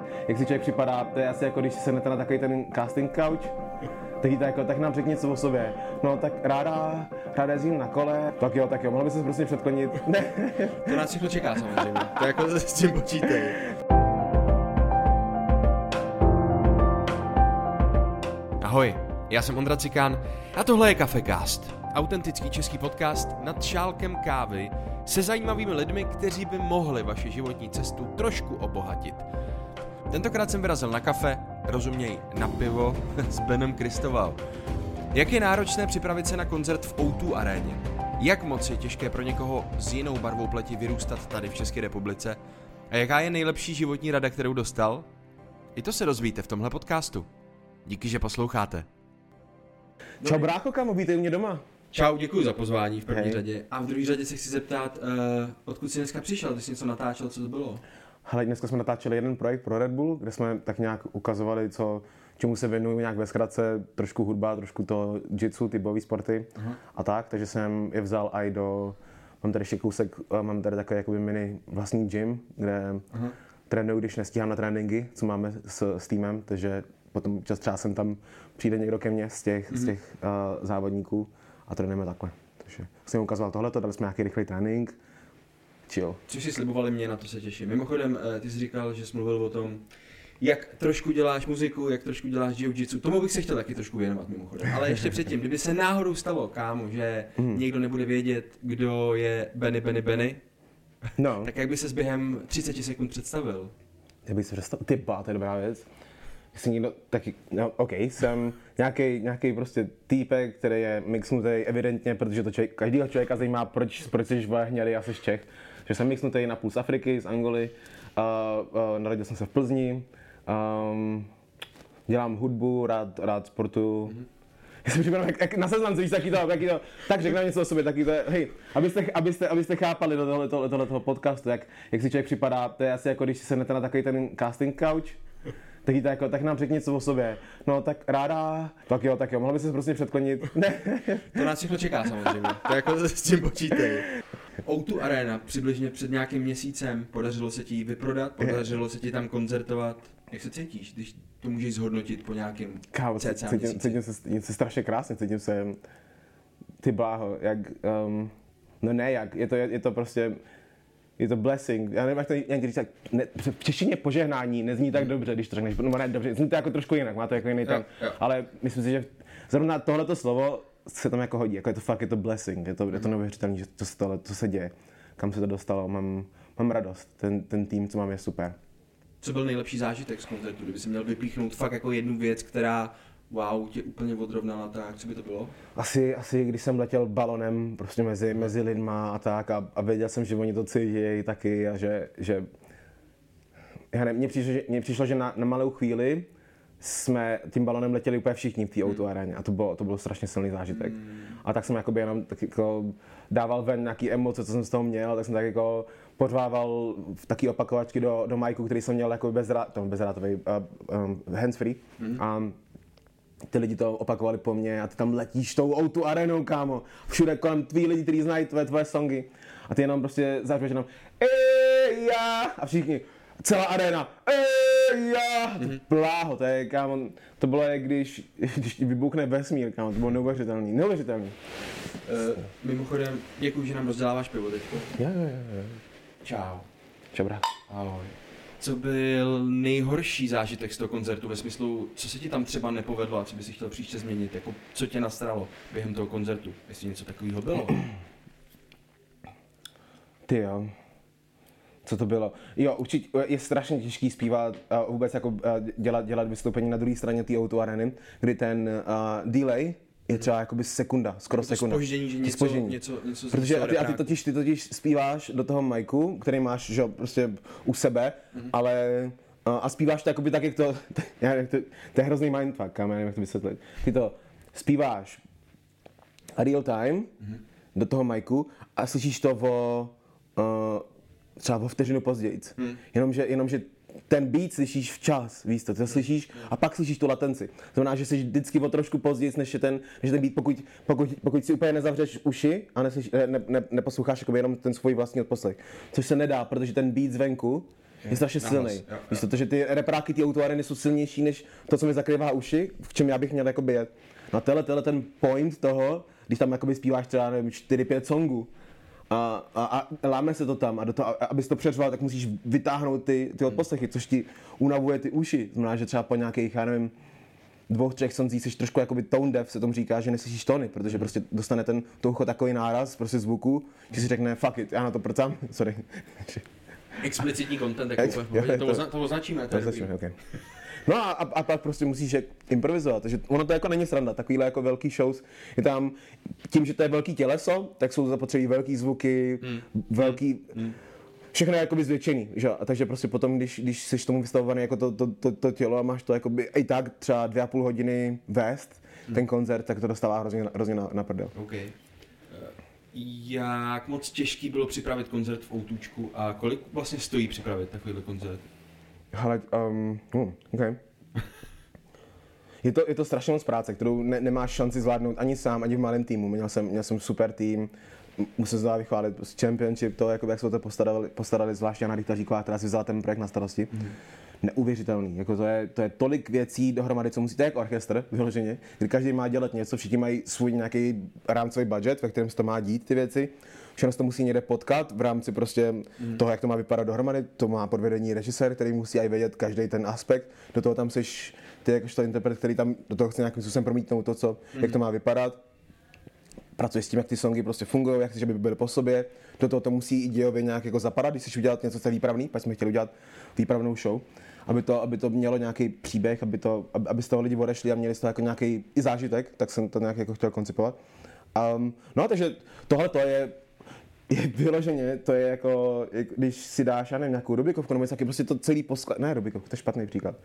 jak si člověk připadá, to je asi jako když si sednete na takový ten casting couch, tak nám řekni něco o sobě. No tak ráda jezdím na kole. Tak jo, mohla by se prostě předklonit. Ne. To nás všechno čeká samozřejmě, to jako s tím počítej. Ahoj, já jsem Ondra Cikán a tohle je Cafecast. Autentický český podcast nad šálkem kávy se zajímavými lidmi, kteří by mohli vaši životní cestu trošku obohatit. Tentokrát jsem vyrazil na kafe, rozuměj na pivo, s Benem Kristoval. Jak je náročné připravit se na koncert v O2 aréně? Jak moc je těžké pro někoho s jinou barvou pleti vyrůstat tady v České republice? A jaká je nejlepší životní rada, kterou dostal? I to se dozvíte v tomhle podcastu. Díky, že posloucháte. Čau brácho, kámo, vítej mě doma. Čau, děkuji za pozvání v první řadě. A v druhé řadě se chci zeptat, odkud jsi dneska přišel, ty jsi něco natáčel, co to bylo? Hele, dneska jsme natáčeli jeden projekt pro Red Bull, kde jsme tak nějak ukazovali, čemu se věnuju nějak ve zkratce, trošku hudba, trošku to jitsu, ty bojové sporty a tak, takže jsem je vzal i mám tady ještě kousek, mám tady takový jakoby mini vlastní gym, kde trénuju, když nestíhám na tréninky, co máme s týmem, takže potom třeba sem tam přijde někdo ke mně z těch závodníků a trénujeme takhle. Takže jsem ukazoval tohleto, dali jsme nějaký rychlý trénink, chill. Což si slibovali mě, na to se těším. Mimochodem, ty jsi říkal, že jsi mluvil o tom, jak trošku děláš muziku, jak trošku děláš jiu-jitsu. Tomu bych se chtěl taky trošku věnovat mimochodem. Ale ještě předtím, kdyby se náhodou stalo, kámo, že někdo nebude vědět, kdo je Benny, no. Tak jak by ses během 30 sekund představil? Já bych se představil, to je dobrá věc. Jestli někdo, taky, no, jsem nějaký prostě týpek, který je mixnutý evidentně, protože to každýho člověka zajímá, proč jsi hnědý a jsi Čech. Že jsem mixnutý na půl z Afriky, z Angoly, narodil jsem se v Plzni, dělám hudbu, rád sportuju. Já jsem připadal jak na seznamce, víš, taky to, tak řeknám něco o sobě, taky to, hej, abyste chápali do tohoto podcastu, jak si člověk připadá, to je asi jako když si sednete na takový ten casting couch, tak nám řekni něco o sobě. No tak ráda, tak jo, mohla by se prostě předklonit. Ne. To nás všechno čeká samozřejmě, to jako s tím počítej. O2 Arena přibližně před nějakým měsícem, podařilo se ti vyprodat, podařilo se ti tam koncertovat. Jak se cítíš, když to můžeš zhodnotit po nějakým cca měsíci? Cítím se strašně krásně, cítím se, ty bláho, je to prostě, je to blessing. Já nevím, jak to někdy říct, v češtině požehnání nezní tak dobře, když to řekneš, no ne, dobře, zní to jako trošku jinak, má to jako jiný ten, ale myslím si, že zrovna tohleto slovo se tam jako hodí, jako je to blessing, je to neuvěřitelné, že to se děje, kam se to dostalo, mám radost, ten tým, co mám, je super. Co byl nejlepší zážitek z koncertu, kdyby si měl vypíchnout fakt jako jednu věc, která tě úplně odrovnala, tak co by to bylo? Asi když jsem letěl balonem prostě mezi lidma a tak a věděl jsem, že oni to cítí taky a že mně přišlo, že na malou chvíli jsme tím balonem letěli úplně všichni v té O2 aréně a to bylo strašně silný zážitek. A tak jsem jakoby jenom tak jako dával ven nějaký emoce, co jsem z toho měl, tak jsem tak jako pořvával v taky opakovačky do majku, který jsem měl jako bezdrátový handsfree. A ty lidi to opakovali po mně a ty tam letíš tou O2 arénou, kámo. Všude kolem tví lidi, kteří znají tvoje songy. A ty jenom prostě zářuješ jenom já a všichni, celá aréna já, pláho, to je, kámo, to bylo jak když vybuchne vesmír, kámo, to bylo neuvěřitelný. Mimochodem, děkuji, že nám rozděláváš pivo teďko. Jo. Čau. Čau, brat. Ahoj. Co byl nejhorší zážitek z toho koncertu ve smyslu, co se ti tam třeba nepovedlo a co bys si chtěl příště změnit, jako co tě nastralo během toho koncertu, jestli něco takového bylo? Ty jo. Co to bylo? Jo, určitě je strašně těžký zpívat a vůbec jako dělat vystoupení na druhé straně té O2 arény, kdy ten delay je třeba jakoby sekunda, skoro jako sekunda. Zpoždění, že něco protože ty totiž zpíváš do toho micu, který máš, že prostě u sebe, ale a zpíváš to jakoby tak, jak to je hrozný mindfuck, já nevím, jak to vysvětlit. Ty to zpíváš real time do toho micu a slyšíš to třeba o vteřinu později. Jenomže ten beat slyšíš včas, víš to slyšíš a pak slyšíš tu latenci. To znamená, že jsi vždycky o trošku později, než ten beat, pokud si úplně nezavřeš uši a neposloucháš jenom ten svůj vlastní odposlech. Což se nedá, protože ten beat zvenku je strašně silný. Víš to, že ty repráky, ty autoareny jsou silnější než to, co mi zakrývá uši, v čem já bych měl jakoby jet. Na tenhle ten point toho, když tam jakoby zpíváš třeba, nevím, 4-5 songů a láme se to tam a do toho, abys to přeřval, tak musíš vytáhnout ty odposlechy, což ti unavuje ty uši. Znamená, že třeba po nějakých, já nevím, 2-3 songcích jsi trošku jakoby tone deaf, se tomu říká, že neslyšíš tóny, protože prostě dostane to ucho takový náraz prostě zvuku, že si řekne fuck it, já na to prcám, sorry. Explicitní content, jako úplně to označíme. Okay. No a pak prostě musíš improvizovat, takže ono to jako není sranda, takovýhle jako velký shows, je tam, tím, že to je velký těleso, tak jsou zapotřebí velký zvuky, velký, všechno je jakoby zvětšený, že? A takže prostě potom, když jsi tomu vystavovaný jako to tělo a máš to jakoby i tak třeba 2,5 hodiny vést, ten koncert, tak to dostává hrozně na prdel. Okay. Jak moc těžký bylo připravit koncert v Outůčku a kolik vlastně stojí připravit takovýhle koncert? Hele, okay. Je to strašně moc práce, kterou nemáš šanci zvládnout ani sám, ani v malém týmu. Měl jsem super tým, musím se vychválit, Championship, to, jak jsme to postarali zvláště Jana Rychtaříková, která si vzala ten projekt na starosti. Neuvěřitelný, jako to je tolik věcí dohromady, co musíte jako orchestr, vyloženě, kdy každý má dělat něco, všichni mají svůj nějaký rámcový budget, ve kterém se to má dít ty věci. Všechno se to musí někde potkat v rámci prostě toho, jak to má vypadat dohromady. To má podvedení režisér, který musí aj vědět každý ten aspekt. Do toho tam seš ty jakožto interpret, který tam do toho chce nějakým způsobem promítnout to, jak to má vypadat. Pracuje s tím, jak ty songy prostě fungují, jak chceš, aby byly po sobě. Do toho to musí i dějově nějak jako zapadat, když chceš udělat něco, co je výpravný, pak jsme chtěli udělat výpravnou show. Aby to mělo nějaký příběh, aby z toho lidi odešli a měli z toho jako nějaký i zážitek, tak jsem to nějak jako chtěl koncipovat. No, takže tohle to je vyloženě, to je jako, když si dáš, já nevím, nějakou Rubikovku, nebo taky prostě to celý posklad, ne Rubikovku, to je špatný příklad.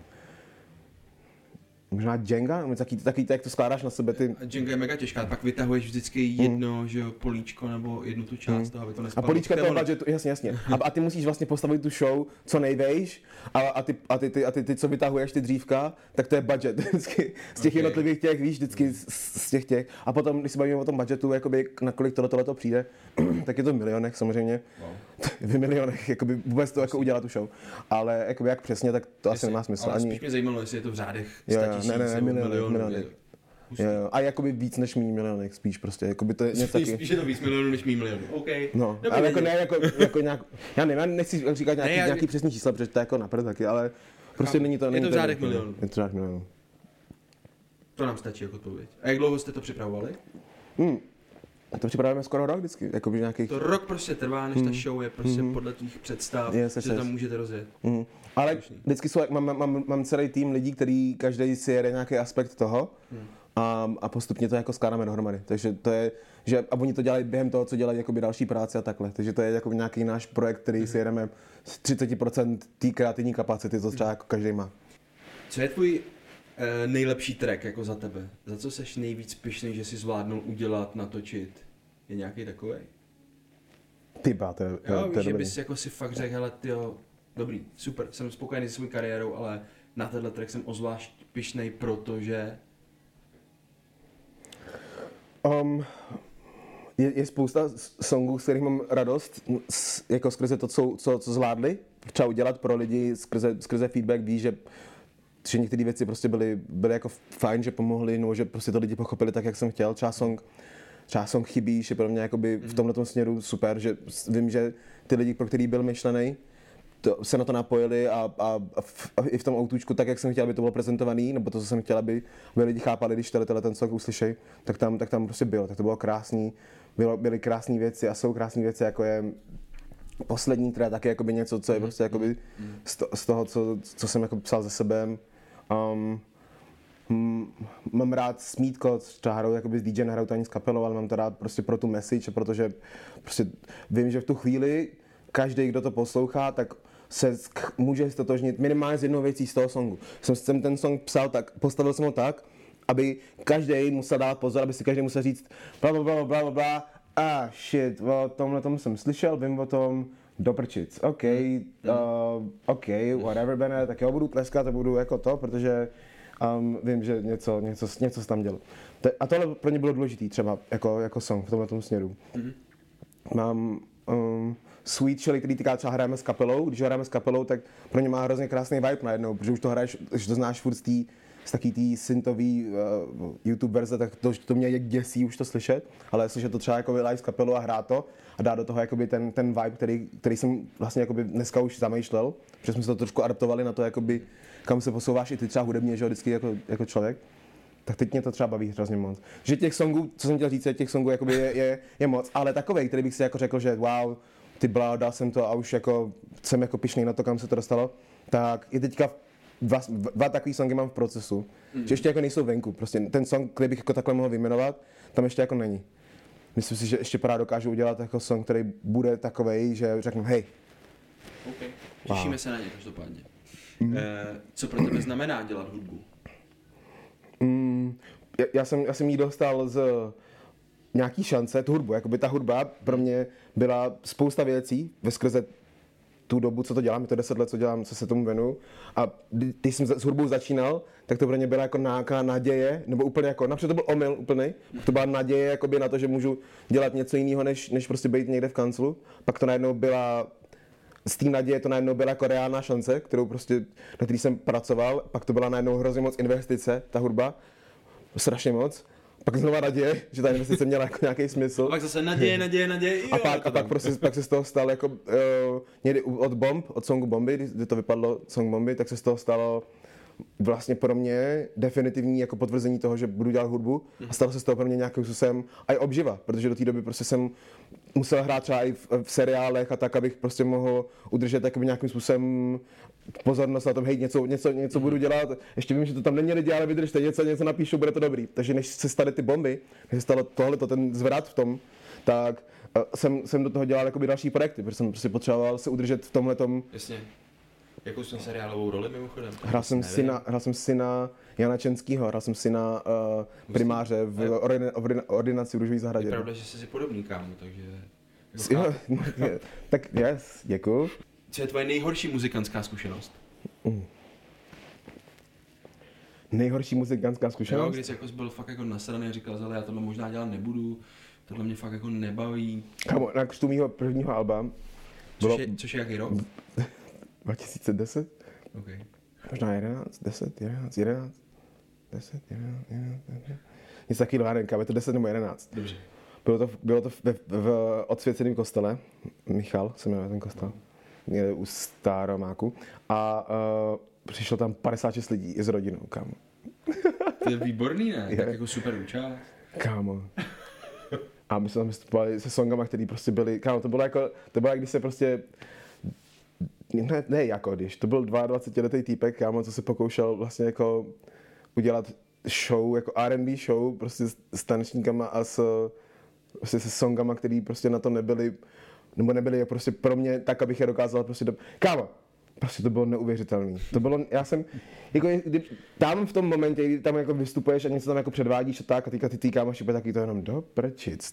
Možná Jenga, nebo taky jak to skládáš na sebe ty... Jenga je mega těžká, pak vytahuješ vždycky jedno, že jo, políčko nebo jednu tu část toho, aby to nespadlo. A políčka to je budget, jasně. A ty musíš vlastně postavit tu show co nejvejš a ty co vytahuješ ty dřívka, tak to je budget vždycky z těch jednotlivých těch, víš, vždycky z těch. A potom, když se bavíme o tom budgetu, jakoby na kolik tohleto přijde, tak je to v milionech samozřejmě. Wow. V milionech, jakoby vůbec to jako udělat tu show. Ale jakoby jak přesně, tak to asi nemá smysl. Ale spíš mě zajímalo, jestli je to v řádech 100 000 ne, miliony. Jo. A jakoby víc než mý milionek, spíš prostě, jakoby to je něco taky... Spíš je to víc milionů než mý milionů, OK. No, ale jako ne, jako nějak, já nevím, já nechci říkat nějaký přesný čísla, protože to je jako naprd taky, ale prostě není to... Je to v řádech milionů. Je to v řádech milionů. To nám stačí jako odpověď. A jak dlouho jste to připravovali? To připravujeme skoro rok vždycky, jakoby nějakých... To rok prostě trvá, než ta show je prostě podle tvých představ, že tam můžete rozjet. Ale vždycky jsou, mám celý tým lidí, který každý si jede nějaký aspekt toho a postupně to jako skládáme dohromady. Takže to je, že a oni to dělají během toho, co dělají jakoby další práce a takhle. Takže to je jako nějaký náš projekt, který si jedeme z 30% té kreativní kapacity, co třeba jako každý má. Co je tvůj nejlepší track jako za tebe? Za co seš nejvíc pyšný, že jsi zvládnul udělat, natočit? Je nějaký takovej? Tyba, to je že bys jako si fakt řekl, hele tyjo, dobrý, super, jsem spokojený se svou kariérou, ale na tenhle track jsem ozvlášť pyšnej, protože... Je spousta songů, s kterých mám radost, jako skrze to, co zvládli, třeba udělat pro lidi, skrze feedback, víš, že některé věci prostě byly jako fajn, že pomohly, nebo že prostě to lidi pochopili tak, jak jsem chtěl. Třeba song Chybíš je pro mě jakoby v tomhletom směru super, že vím, že ty lidi, pro který byl myšlený, se na to napojili a i v tom Outůčku, tak jak jsem chtěl, aby to bylo prezentovaný, nebo to, co jsem chtěl, aby lidi chápali, když ten song uslyšej, tak tam prostě bylo. Tak to bylo krásný, byly krásné věci a jsou krásné věci, jako je poslední, která taky jakoby něco, co je prostě jakoby z toho, co jsem jako psal ze sebe. Mám rád Smítko, třeba hraju jakoby s DJ, nehraju to ani s kapelou, ale mám to rád prostě pro tu message, protože prostě vím, že v tu chvíli každý, kdo to poslouchá, tak se může ztotožnit minimálně s jednou věcí z toho songu. Jsem ten song psal tak, postavil jsem ho tak, aby každý musel dát pozor, aby si každý musel říct bla, shit, o tomhle tomu jsem slyšel, vím o tom, do prčic. OK, whatever, Bene, tak jo, budu tleskat a budu jako to, protože vím, že něco tam dělo. A tohle pro ně bylo důležitý třeba jako song v tomhle směru. Mám Sweet Chili, který týká třeba hrajeme s kapelou. Když hrajeme s kapelou, tak pro ně má hrozně krásný vibe najednou, protože už to hraješ, že to znáš furt z taký tý synthový YouTube verze, tak to mě děsí už to slyšet, ale slyšet to třeba jako live s kapelou a hrát to a dát do toho jakoby ten vibe, který jsem vlastně jakoby dneska už zamýšlel, protože jsme se to trošku adaptovali na to, jakoby, kam se posouváš i ty třeba hudebně, že jo, vždycky jako člověk. Tak teď mě to třeba baví hrozně moc. Že těch songů, co jsem chtěl říct, těch songů jakoby je moc, ale takovej, který bych si jako řekl, že wow, ty bla, dal jsem to a už jako jsem jako pyšný na to, kam se to dostalo, tak i teďka dva takový songy mám v procesu, že ještě jako nejsou venku, prostě ten song, který bych jako takhle mohl vyjmenovat, tam ještě jako není. Myslím si, že ještě právě dokážu udělat jako song, který bude takovej, že řeknu hej. Okay. Těšíme se na ně každopádně. Co pro tebe znamená dělat hudbu? Já jsem jí dostal z nějaký šance, tu hudbu, jakoby ta hudba pro mě byla spousta věcí ve skrze tu dobu, co to dělám, je to 10 let, co dělám, co se tomu věnuju. A když jsem s hudbou začínal, tak to pro mě byla jako nějaká naděje, nebo úplně jako, například to byl omyl úplnej, to byla naděje jakoby na to, že můžu dělat něco jiného, než prostě být někde v kanclu. Pak to najednou byla, z té naděje to najednou byla jako reálná šance, kterou prostě, na který jsem pracoval, pak to byla najednou hrozně moc investice, ta hudba, strašně moc. Pak znova naděje, že ta investice měla jako nějaký smysl. A pak zase naděje. A pak se z toho stal jako někdy od songu Bomby, kdy to vypadlo song Bomby, tak se z toho stalo vlastně pro mě definitivní jako potvrzení toho, že budu dělat hudbu a stalo se z toho pro mě nějakým způsobem i obživa, protože do té doby prostě jsem musel hrát třeba i v seriálech a tak, abych prostě mohl udržet taky nějakým způsobem pozornost na tom, hej, něco budu dělat, ještě vím, že to tam neměli dělat, ale vydržte, něco napíšu, bude to dobrý. Takže než se staly ty bomby, než se stalo tohleto, ten zvrat v tom, tak jsem do toho dělal jakoby další projekty, protože jsem prostě potřeboval se udržet v tomhletom. Jasně. Jakou jsi seriálovou roli mimochodem? Hrál jsem syna Jana Čenskýho, hrál jsem syna primáře v ordinaci v Růžové zahradě. Je pravda, že jsi podobný, kámo, takže... Jo, tak yes, děkuju. Co je tvoje nejhorší muzikantská zkušenost? Nejhorší muzikantská zkušenost? Jo, když jsi jako byl fakt jako nasraný a říkal, ale já tohle možná dělat nebudu, tohle mě fakt jako nebaví. Kámo, na křtu mýho prvního alba Což je jaký rok? 2010? Okay. Možná 11. Nic takového, nevím, je to 10 nebo 11. Dobře. Bylo to v odsvěceném kostele, Michal se jmenuje ten kostel, někde u Staromáku a přišlo tam 56 lidí i s rodinou, kámo. To je výborný, ne? Tak jako super účast. Kámo. A my jsme tam vystupovali se songama, který prostě byly, kámo, to bylo jak když se prostě, ne jako když, to byl 22letý týpek, kámo, co se pokoušel vlastně jako udělat show, jako R&B show, prostě s tanečníkama a prostě se songama, který prostě na to nebyli, nebo nebyli prostě pro mě tak, abych je dokázal prostě kámo, prostě to bylo neuvěřitelný. To bylo, já jsem, jako tam v tom momentě, kdy tam jako vystupuješ a něco tam jako předvádíš a tak a teďka ty kámoši taky to jenom do prčic,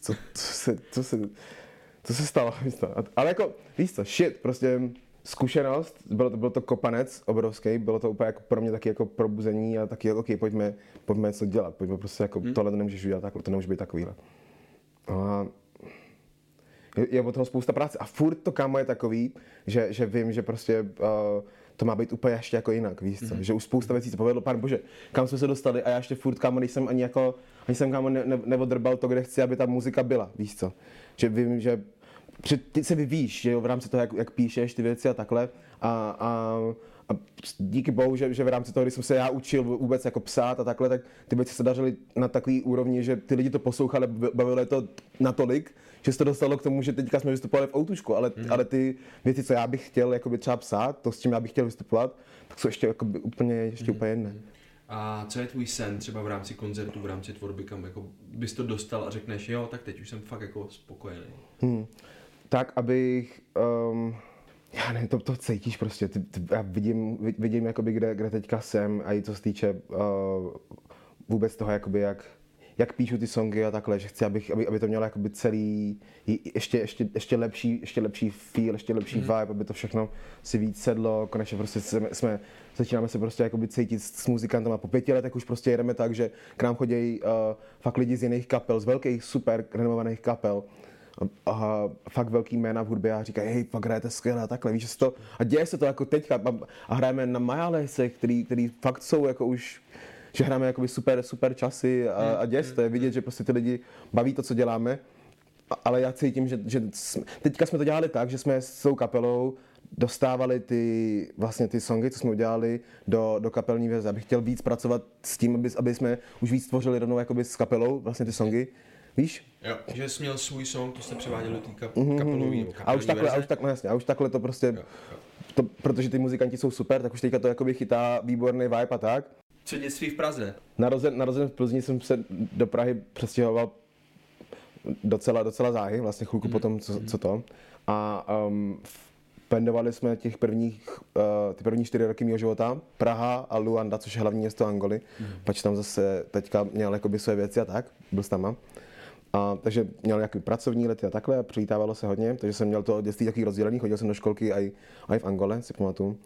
co se stalo, ale jako, víš co, shit, prostě zkušenost, byl to kopanec obrovský, bylo to úplně jako pro mě taky jako probuzení a taky, ok, pojďme něco dělat, pojďme prostě jako tohle to nemůžeš udělat takhle, to nemůže být takovýhle. A je od toho spousta práce a furt to, kámo, je takový, že vím, že prostě to má být úplně ještě jako jinak, víš co, že už spousta věcí se povedlo, pán bože, kam jsme se dostali a já ještě furt, kámo, nejsem ani jsem, kámo, neodrbal to, kde chci, aby ta muzika byla, víš co, že vím, že ty se vyvíjíš, že jo, v rámci toho, jak píšeš ty věci a takhle a díky bohu, že v rámci toho, když jsem se já učil vůbec jako psát a takhle, tak ty věci se dařily na takový úrovni, že ty lidi to poslouchali, bavilo to natolik, že se to dostalo k tomu, že teďka jsme vystupovali v outušku, ale ty věci, co já bych chtěl jakoby třeba psát, to s čím já bych chtěl vystupovat, tak jsou ještě jakoby úplně jiné. A co je tvůj sen třeba v rámci koncertu, v rámci tvorby, kam jako bys to dostal a řekneš, jo, tak teď už jsem fakt jako spokojený. Tak, abych, já nevím, to cítíš prostě, já vidím jakoby, kde teďka jsem a i co se týče vůbec toho, jakoby, jak píšu ty songy a takhle, že chci, aby to mělo jakoby celý, ještě lepší feel, ještě lepší vibe, aby to všechno si víc sedlo, konečně prostě začínáme se prostě jakoby cítit s muzikantama, po 5 letech už prostě jedeme tak, že k nám chodí fakt lidi z jiných kapel, z velkých super renomovaných kapel, a fakt velký jména v hudbě a říkají, hej, fakt hrajete skvěle a takhle, víš, že se to, a děje se to jako teďka a hrajeme na Majálejsech, který fakt jsou jako už, že hrajeme jakoby super časy a děje se to, je vidět, že prostě ty lidi baví to, co děláme, ale já cítím, že teďka jsme to dělali tak, že jsme s tou kapelou dostávali ty songy, co jsme udělali do kapelní verze. Abych chtěl víc pracovat s tím, aby jsme už víc tvořili rovnou jakoby s kapelou, vlastně ty songy. Víš? Jo, že jsi měl svůj song, to jste převáděli do té kapelový A už takhle to prostě, jo. To, protože ty muzikanti jsou super, tak už teďka to jakoby chytá výborný vibe a tak. Co dětství v Praze? Narozen v Plzni jsem se do Prahy přestěhoval docela záhy, vlastně chvilku potom, co to. A pendovali jsme ty první 4 roky mého života, Praha a Luanda, což je hlavní město Angoly, pač tam zase teďka měl jakoby své věci a tak, byl s tama. Takže měl nějaký pracovní lety a takhle, přilítávalo se hodně, takže jsem měl to dětství takový rozdělený, chodil jsem do školky i v Angole, si pamatuju.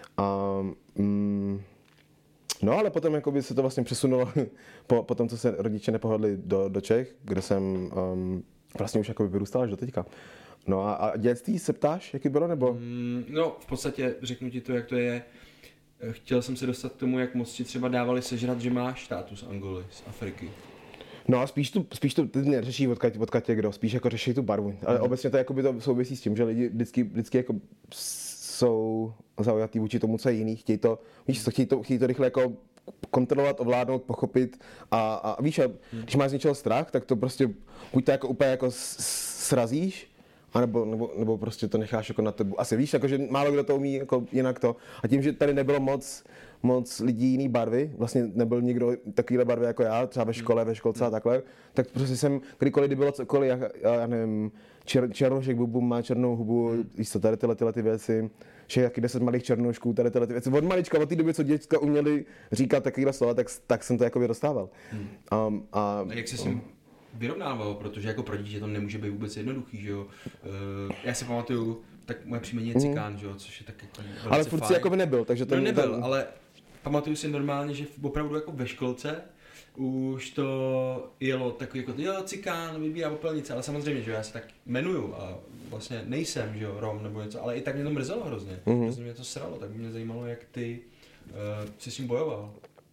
No ale potom jakoby se to vlastně přesunulo po tom, co se rodiče nepohodli do Čech, kde jsem vlastně už jakoby vyrůstal až do teďka. No a dětství se ptáš, jaký bylo, nebo? No, v podstatě řeknu ti to, jak to je. Chtěl jsem se dostat k tomu, jak moc ti třeba dávali sežrat, že máš tátu z Angoly, z Afriky. No a spíš tu ty neřeší odkud je kdo, spíš jako řeší tu barvu. Ale obecně to jakoby to souvisí s tím, že lidi vždycky jako jsou zaujatý vůči tomu, co je jiný, chtějí to rychle jako kontrolovat, ovládnout, pochopit a víš, když máš z něčeho strach, tak to prostě buď to jako úplně jako srazíš, nebo prostě to necháš jako na tebe. Asi víš, jako, že málo kdo to umí jako jinak to. A tím, že tady nebylo moc lidí jiný barvy, vlastně nebyl nikdo takovýhle barvy jako já, třeba ve škole, ve školce a takhle, tak prostě jsem, kdykoliv kdy bylo cokoliv, já nevím, Černošek Bubum má černou hubu, víš co, tady tyhle ty věci, že jaký 10 malých černošků, tady tyhle ty věci. Od malička, od té doby, co děcka uměli říkat takovýhle slova, tak jsem to jakoby dostával. A jak se s tím vyrovnával, protože jako pro dítě to nemůže být vůbec jednoduchý, že jo. Já si pamatuju, tak moje příjmení je Cikán, že jo, což je tak jako ale furt si jako by nebyl, takže to nebyl, ale pamatuju si normálně, že opravdu jako ve školce už to jelo takový jako, jo, Cikán, vybírá popelnice, ale samozřejmě, že jo, já se tak jmenuju a vlastně nejsem, že jo, Rom nebo něco, ale i tak mě to mrzelo hrozně, hrozně mě to sralo, tak mě zajímalo, jak ty jsi s tím bojoval.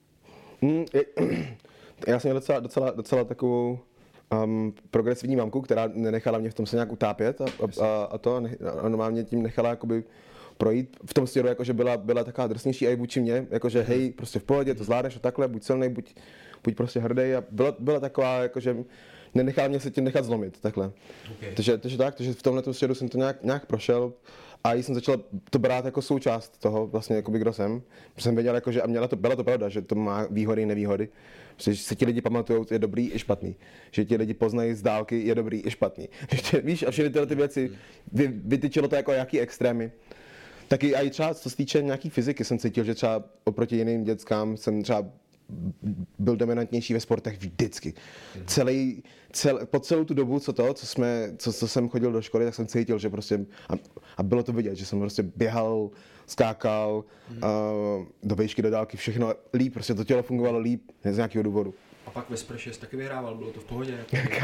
Já jsem měl docela takovou progresivní mamku, která nenechala mě v tom se nějak utápět a normálně tím nechala jakoby projít v tom směru, jakože byla taková drsnější i vůči mě, jakože hej, prostě v pohodě, to zvládneš a takhle, buď silnej, buď prostě hrdý a byla taková, jakože nenechala mě se tím nechat zlomit, takhle. Okay. Takže v tomhle směru jsem to nějak prošel a jsem začal to brát jako součást toho, vlastně jakoby kdo jsem. Jsem věděl, jakože, a byla to pravda, že to má výhody i nevýhody. Že se ti lidi pamatujou, je dobrý i špatný. Že ti lidi poznají z dálky, je dobrý i špatný. Víš, a všechny tyhle ty věci vytyčilo to jako jaký extrémy. Taky i třeba co se týče nějaký fyziky jsem cítil, že třeba oproti jiným dětskám jsem třeba byl dominantnější ve sportech vždycky. Po celou tu dobu, co jsem chodil do školy, tak jsem cítil, že prostě, a bylo to vidět, že jsem prostě běhal, skákal, do výšky, do dálky, všechno líp, prostě to tělo fungovalo líp z nějakého důvodu. A pak ve Sprše jsi taky vyhrával, bylo to v pohodě?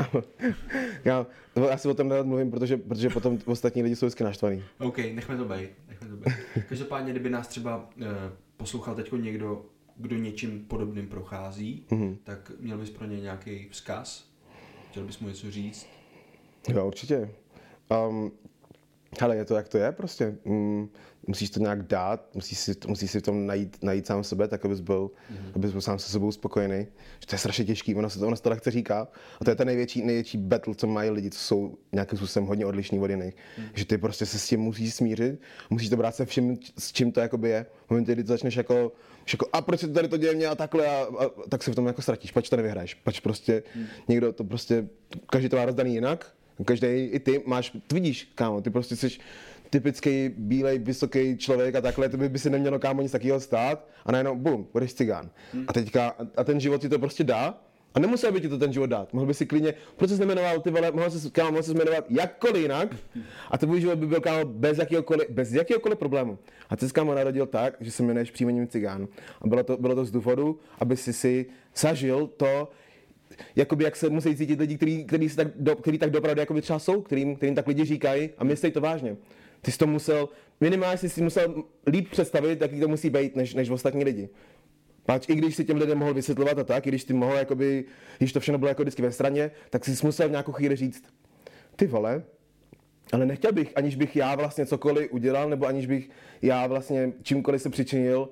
Já si o tom nerad mluvím, protože potom ostatní lidi jsou vždycky naštvaný. OK, nechme to být. Každopádně, kdyby nás třeba poslouchal teďko někdo, kdo něčím podobným prochází, tak měl bys pro něj nějaký vzkaz? Chtěl bys mu něco říct? Jo, určitě. Hele, je to jak to je prostě. Musíš to nějak dát, musíš si v tom najít sám sebe, tak abys byl sám se sebou spokojený. Že to je strašně těžký, ono se to lehce říká. A to je ten největší battle, co mají lidi, co jsou nějakým způsobem hodně odlišní od jiných. Že ty prostě se s tím musíš smířit, musíš to brát se vším, s čím to jakoby je. V momentě, kdy to začneš jako a proč se tady to děje mě a takhle a tak se v tom jako ztratíš, pač to nevyhraješ. Pač prostě někdo to prostě, každý to má rozdaný jinak. Každý, i ty máš, ty vidíš, kámo, ty prostě jsi typický bílej, vysoký člověk a takhle, to by si nemělo, kámo, nic takového stát a najednou, bum, budeš cigán. A teďka, a ten život ti to prostě dá a nemusel by ti to ten život dát. Mohl by si klidně, proč jsi jmenoval, ty vole, mohl se jmenovat jakkoliv jinak a tvůj život by byl, kámo, bez jakéhokoliv problému. A ty jsi, kámo, narodil tak, že se jmenuješ příjmením cigán. A bylo to z důvodu, aby si zažil to, jakoby, jak se musí cítit lidi, kteří tak dopravdy jakoby třeba jsou, kterým tak lidi říkají a myslí to vážně. Ty jsi to musel, minimálně si musel líp představit, jaký to musí být, než ostatní lidi. Páč, i když si těm lidem mohl vysvětlovat a tak, i když ty mohl, jakoby, když to všechno bylo jako vždycky ve straně, tak si musel v nějakou chvíli říct, ty vole, ale nechtěl bych, aniž bych já vlastně cokoliv udělal, nebo aniž bych já vlastně čímkoliv se přičinil,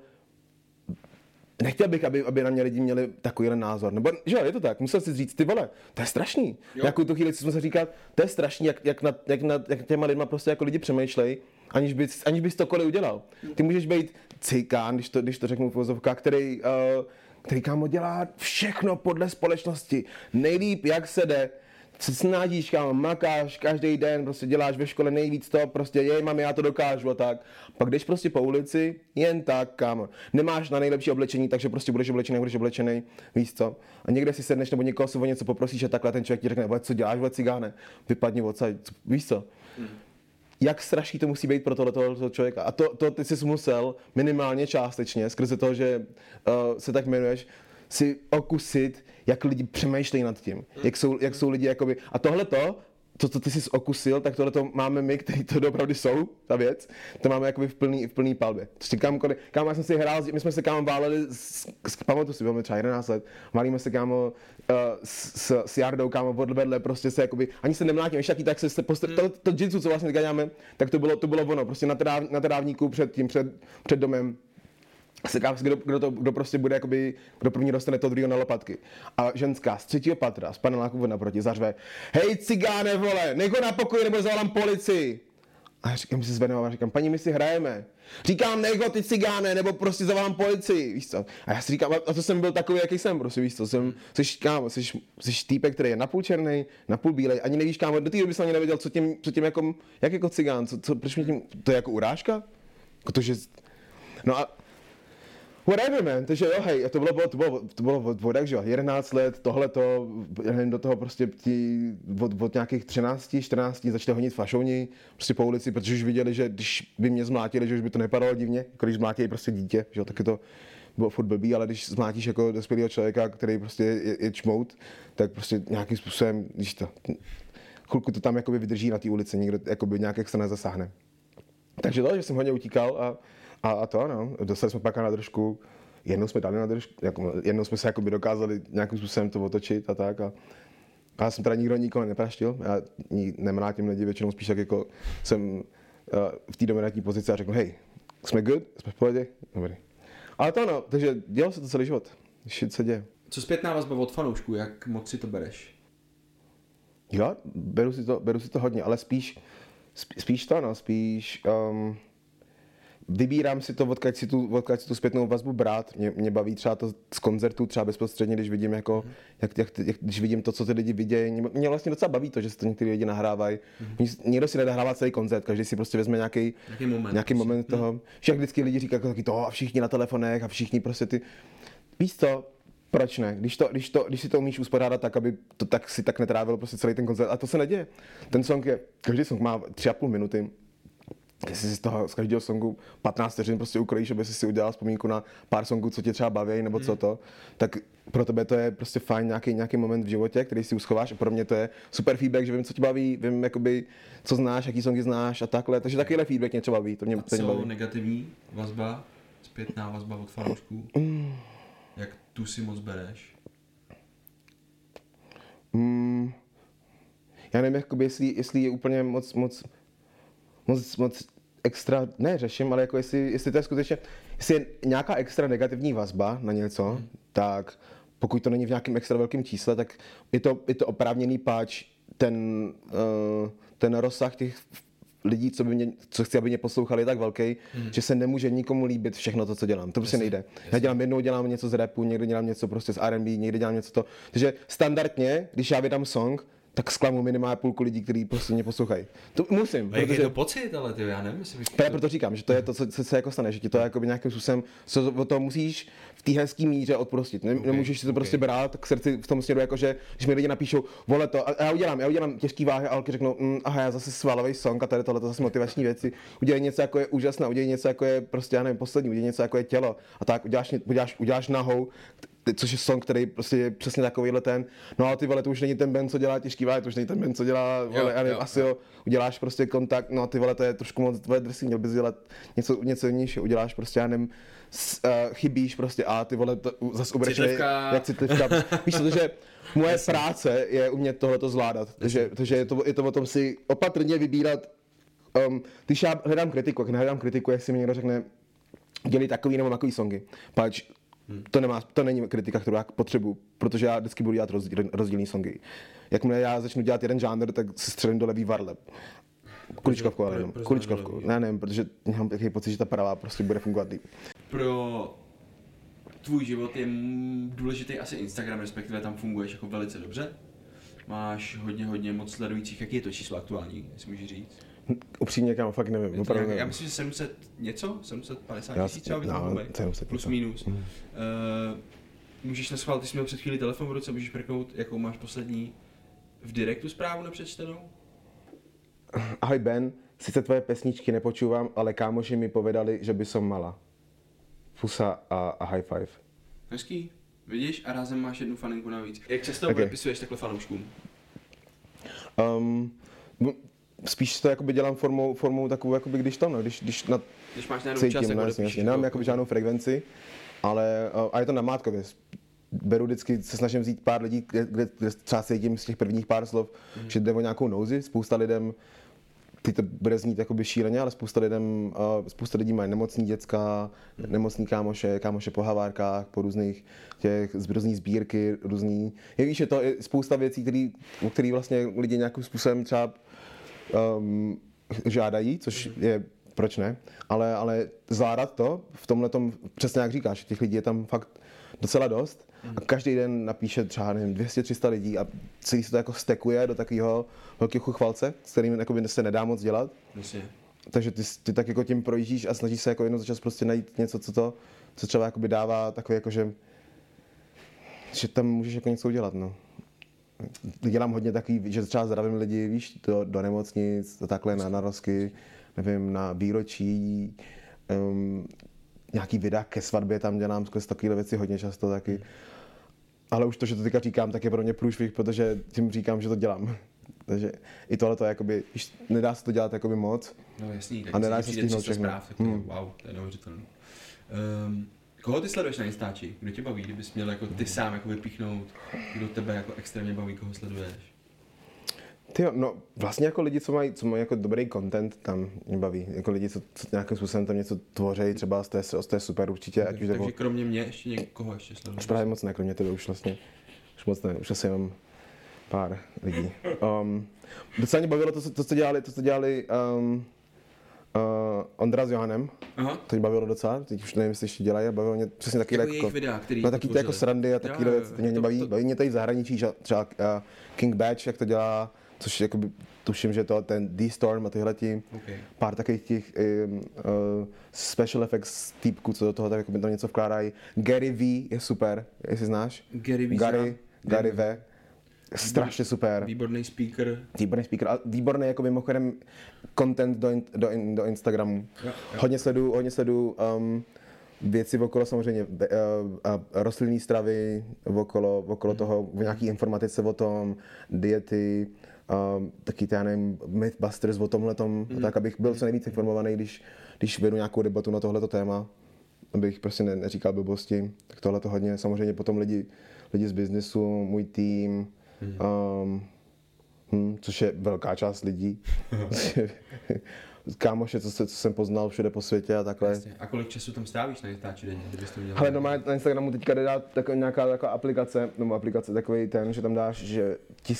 nechtěl bych, aby na mě lidi měli takovýhle názor. Nebo, že jo, je to tak, musel si říct, ty vole, to je strašný. Jakou tu chvíli si musel říkat, to je strašný, jak těma lidma prostě jako lidi přemýšlej, aniž bys cokoliv udělal. Ty můžeš být cikán, když to řeknu v uvozovkách, který kámo dělá všechno podle společnosti, nejlíp jak se jde, se snažíš, kámo, makáš každý den, prostě děláš ve škole nejvíc to, prostě jej mami, já to dokážu a tak. Pak jdeš prostě po ulici, jen tak, kámo. Nemáš na nejlepší oblečení, takže prostě budeš oblečený, víš co. A někde si sedneš nebo někoho si o něco poprosíš a takhle ten člověk ti řekne, co děláš, vole cigáne, vypadni odsaď, víš co. Jak strašný to musí být pro tohoto člověka. A to ty jsi musel minimálně částečně, skrze to, že se tak jmenuješ, si okusit, jak lidi přemýšlejí nad tím, jak jsou lidi jakoby, a tohleto, co ty jsi okusil, tak tohleto máme my, kteří to opravdu jsou, ta věc, to máme jakoby v plný palbě. Kámo, já jsem si hrál, my jsme se kámo váleli, pamatuju si, bylo třeba 11 let, válíme se kámo s Jardou, kámo, vedle, prostě se jakoby, ani se nemlátím, ještě taky, tak se to jitsu, co vlastně teďka děláme, tak to bylo ono, prostě na trávníku před domem, kdo prostě bude jakoby, kdo první dostane to druhého na lopatky. A ženská z 3. patra, z paneláku naproti, zařve, hej cigáne vole, nech ho na pokoji nebo zavolám policii. A já říkám, si zvednu a říkám, paní, my si hrajeme. Říkám, nech ho ty cigáne, nebo prostě zavolám policii, víš co. A já si říkám, a to jsem byl takový, jaký jsem, prostě, víš co. Jsi týpek, který je napůl černý, napůl bílej, ani nevíš, kámo, do té doby jsem ani nevěděl, co tím jako, jak jako cigán, proč mě tím, to je jako urážka? Protože, no a whatever, man, takže jo, hej, to bylo od jak, že jo, 11 let, tohleto, do toho prostě od nějakých 13, 14 začali honit fašouni, prostě po ulici, protože už viděli, že když by mě zmlátili, že už by to nepadalo divně, jako když zmlátili prostě dítě, že jo, taky to bylo furt blbý, ale když zmlátíš jako dospělého člověka, který prostě je čmout, tak prostě nějakým způsobem, když to, chvilku to tam jakoby vydrží na té ulici, nikdo jakoby nějak extra nezasáhne. Takže to, že jsem hodně utíkal a to no, dostali jsme pak na držku, jednou jsme dali na držku, jednou jsme se jakoby dokázali nějakým způsobem to otočit a tak a já jsem teda nikoho nepraštil, já nemlátím lidi, většinou spíš tak jako jsem v té dominantní pozici a řeknu, hej, jsme good, jsme v pohodě, dobrý. Ale to no, takže dělal se to celý život, shit se děje. Co zpětná vazba od fanoušků, jak moc si to bereš? Jo, beru si to hodně, ale spíš to no, vybírám si to, odkud si tu zpětnou vazbu brát. Mě baví třeba to z koncertů, třeba bezprostředně, když vidím jako, když vidím to, co ty lidi vidějí. Mě vlastně docela baví to, že se to některý lidi nahrávají. Někdo si nenahrává celý koncert, každý si prostě vezme nějaký moment toho. Však vždycky lidi říkají taky to a všichni na telefonech a všichni prostě ty. Víš co? Proč ne? Když si to umíš uspořádat tak, aby to tak netrávilo prostě celý ten koncert. A to se neděje. Každý song má 3,5 minuty. Jestli si z každého songu 15 vteřin prostě ukrojíš, aby si udělal vzpomínku na pár songů, co tě třeba baví, nebo co to, tak pro tebe to je prostě fajn nějaký moment v životě, který si uschováš a pro mě to je super feedback, že vím, co tě baví, vím, jakoby, co znáš, jaký songy znáš a takhle, takže takovýhle feedback mě třeba baví, to mě baví. Negativní vazba, zpětná vazba od fanoušků, jak tu si moc bereš? Já nevím, jakoby, jestli je úplně moc extra, ne řeším, ale jako jestli to je skutečně, jestli je nějaká extra negativní vazba na něco, tak pokud to není v nějakém extra velkém čísle, tak je to oprávněný, páč ten rozsah těch lidí, co chci, aby mě poslouchali, je tak velký, že se nemůže nikomu líbit všechno to, co dělám. To prostě nejde. Já dělám něco z rapu, někdy dělám něco prostě z R&B, někdy dělám něco to. Takže standardně, když já vydám song, tak zklamu minimálně půlku lidí, kteří prostě mě poslouchají. To musím. A jaký je to pocit, ale ty, já nevím, jestli proto říkám, že to je to, co se jako stane, že ti to jako nějakým způsobem, co od toho musíš v té hezký míře odprostit. Nemůžeš si to prostě brát k srdci v tom směru, jako že když mi lidi napíšou, vole to, a já udělám těžký váhy a holky řeknou, aha, já zase svalový song a tady tohle, to zase motivační věci. Udělej něco, jako je úžasné, udělej něco, jako je prostě, já nevím, poslední, udělej něco, jako je tělo a tak uděláš nahou, což je song, který prostě je přesně takovýhle ten, no a ty vole, to už není ten band, co dělá těžký váhy, to už není ten band, co dělá, vole, já nevím, asi jo, uděláš prostě kontakt, no a ty vole, to je trošku moc tvoje drsy, měl bys dělat něco jiného, uděláš prostě, já nevím, chybíš prostě a ty vole, to zase ubrečej, jak citlivka, víš co, že moje práce je umět tohleto zvládat, takže je to o tom si opatrně vybírat, když já hledám kritiku, jak si mi někdo řekne, dělej takový nebo takový songy, pač to není kritika, kterou já potřebuji, protože já vždycky budu dělat rozdílný songy. Jakmile já začnu dělat jeden žánr, tak se střelím do levý varle. Kuličkovku, ale jenom. Kuličkovku. Ne, nevím, protože mám takový pocit, že ta pravá prostě bude fungovat líp. Pro tvůj život je důležitý asi Instagram, respektive tam funguješ jako velice dobře. Máš hodně moc sledujících. Jaký je to číslo aktuální, jestli můžeš říct? Upřímně, kámo, fakt nevím. Já myslím, že 700 něco? 750 tisíc třeba plus minus. Můžeš naschválit, ty jsi měl před chvíli telefon v ruce, můžeš mrknout, jakou máš poslední v direktu zprávu nepřečtenou? Ahoj Ben, sice tvoje pesničky nepočúvam, ale kámoši mi povedali, že by som mala. Pusa a high five. Hezký, vidíš? A rázem máš jednu faninku navíc. Jak často odepisuješ takhle fanouškům? Spíš to jakoby dělám formou takovou, jakoby když máš nějakou čas, jako odepíšeš. Nemám jakoby žádnou frekvenci, ale a je to namátkově. Beru vždycky, se snažím vzít pár lidí, kde třeba cítím z těch prvních pár slov, že jde o nějakou nouzi, spousta lidem, ty to bude znít jakoby šíleně, ale spousta lidí mají nemocný děcka, nemocný kámoše po havárkách, po různých různý sbírky, různý, víš, je to spousta věcí, o který vlastně lidi nějakým způsobem třeba žádají, což je, proč ne, ale zvládat to v tomhletom, přesně jak říkáš, těch lidí je tam fakt docela dost a každý den napíše třeba, nevím, 200-300 lidí a celý se to jako stekuje do takového velkého chuchvalce, s kterým jakoby se nedá moc dělat. Jasně. Takže ty tak jako tím projíždíš a snažíš se jako jednou za čas prostě najít něco, co třeba jakoby dává takový jako, že tam můžeš jako něco udělat, no. Dělám hodně takový, že třeba zdravím lidi, víš, do nemocnic, takhle na narozky, nevím, na výročí, nějaký videa ke svatbě tam dělám, skrz takovéhle věci hodně často taky. Ale už to, že to teďka říkám, tak je pro mě průšvih, protože tím říkám, že to dělám. Takže i tohle to jakoby, víš, nedá se to dělat jakoby moc. No jasný, tak a nedá se stihnout všechno. Wow, to je neuvěřitelné. Koho ty sleduješ na Instači? Kdo tě baví? Kdybys měl jako ty sám jako vypíchnout, kdo tebe jako extrémně baví, koho sleduješ? Tyjo, no vlastně jako lidi, co mají jako dobrý content, tam mě baví. Jako lidi, co nějakým způsobem tam něco tvoří, třeba to je super určitě. Takže kromě mě ještě někoho ještě sleduješ? Už právě moc ne, kromě tebe už vlastně. Už moc ne, už asi jenom pár lidí. Docela mě bavilo to, co dělali Ondra s Johanem. Aha. To mě bavilo docela, teď už nevím, jestli ještě dělají, a bavilo mě přesně taky jako videa, který no, taky ty jako srandy a takovýhle věci, to mě baví. Baví mě tady v zahraničí, třeba King Batch, jak to dělá, což jakoby tuším, že to ten D-Storm a tyhletí. Okay. Pár takových těch special effects týpků, co do toho tak jako tam něco vkládají. Gary V je super, jestli znáš. Gary V. Strašně super. Výborný speaker a výborný jako mimochodem content do Instagramu. Jo. Hodně sleduju věci okolo samozřejmě rostlinné stravy, okolo toho, v nějaký informatice o tom, diety, taky já nevím, Mythbusters o tomhletom, tak abych byl co nejvíc informovaný, když vedu nějakou debatu na tohleto téma, abych prostě neříkal blbosti, tak tohleto hodně, samozřejmě potom lidi z biznesu, můj tým, což je velká část lidí. Kámoše, co jsem poznal všude po světě a takhle. Jasně. A kolik času tam strávíš na Instači denně, kdybys to udělal? Ale normálně na Instagramu teďka jde dát nějaká taková aplikace takový ten, že tam dáš, že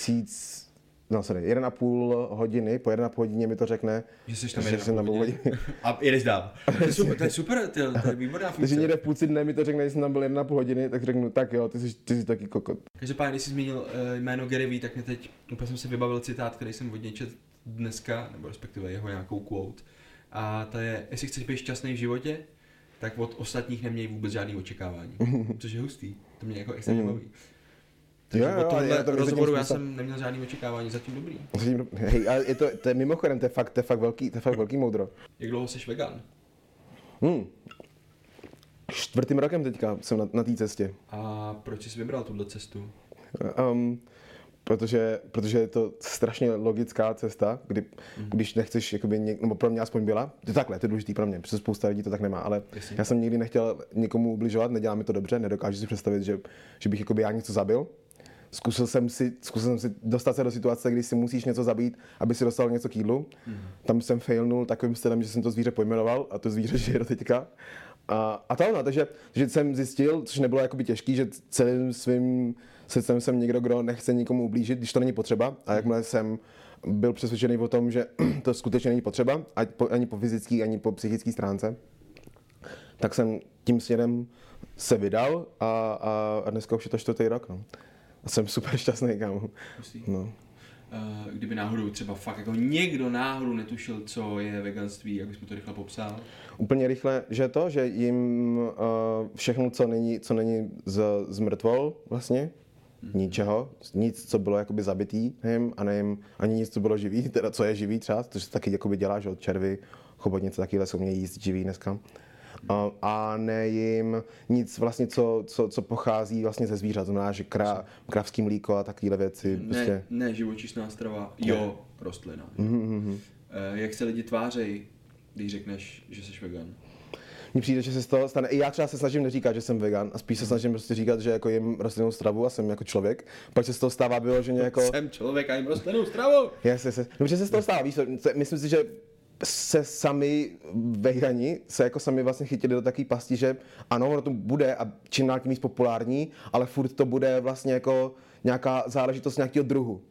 1,5 hodiny, po 1,5 hodině mi to řekne, že jsi tam 1,5 hodiny. A jedeš dál. To je super, to je výborná funkce. Takže někde v půlce dne mi to řekne, že jsem tam byl 1,5 hodiny, tak řeknu, tak jo, ty jsi taky kokot. Každopádně, když jsi zmínil jméno Gary Vee, tak mě teď úplně jsem si vybavil citát, který jsem od něj četl dneska, nebo respektive jeho nějakou quote. A to je, jestli chceš být šťastný v životě, tak od ostatních neměj vůbec žádný očekávání. Což je hustý, to mě jako extrémně baví. Takže od tohle rozhovoru já jsem neměl žádný očekávání, zatím dobrý. Hej, ale to je mimochodem, to je fakt velký moudro. Jak dlouho jsi vegan? 4. rokem teďka jsem na té cestě. A proč jsi vybral tuhle cestu? Protože je to strašně logická cesta, když nechceš, jakoby, nebo pro mě aspoň byla, takhle, to je důležitý pro mě, protože spousta lidí to tak nemá, ale já jsem nikdy nechtěl nikomu ubližovat, nedělá mi to dobře, nedokážu si představit, že bych jakoby já něco zabil. Zkusil jsem si dostat se do situace, kdy si musíš něco zabít, aby si dostal něco k jídlu. Tam jsem failnul takovým stylem, že jsem to zvíře pojmenoval a to zvíře žije do teďka. Takže jsem zjistil, což nebylo jakoby těžký, že celým svým srdcem jsem někdo, kdo nechce nikomu ublížit, když to není potřeba. A jakmile jsem byl přesvědčený o tom, že to skutečně není potřeba, ani po fyzické, ani po psychické stránce, tak jsem tím směrem se vydal a dneska už je to 4. rok. No. A jsem super šťastný, kámo. No. Kdyby náhodou třeba fakt jako někdo náhodou netušil, co je veganství, jak bys mu to rychle popsal? Úplně rychle, že jim všechno, co není z mrtvol vlastně, ničeho, nic, co bylo jakoby zabitý, a nejím ani nic, co bylo živý, teda co je živý třeba, to se taky jakoby dělá, že od červy, chobotnice takyhle jsou mě jíst živý dneska. A nejím nic vlastně, co pochází vlastně ze zvířat, to znamená, že kravský mlíko a takovéhle věci. Prostě. Ne živočišná strava, jo, rostlina. Jak se lidi tvářejí, když řekneš, že jsi vegan? Mně přijde, že se z toho stane. I já třeba se snažím neříkat, že jsem vegan, a spíš se snažím prostě říkat, že jako jim rostlinnou stravu a jsem jako člověk. Pak se z toho stává vyloženě jako... Jsem člověk a jim rostlinnou stravu! Dobře se z toho stává, víš, myslím si, že se sami vegani se jako sami vlastně chytili do takové pasti, že ano, ono to bude a čím dál tím víc populární, ale furt to bude vlastně jako nějaká záležitost nějakého druhu.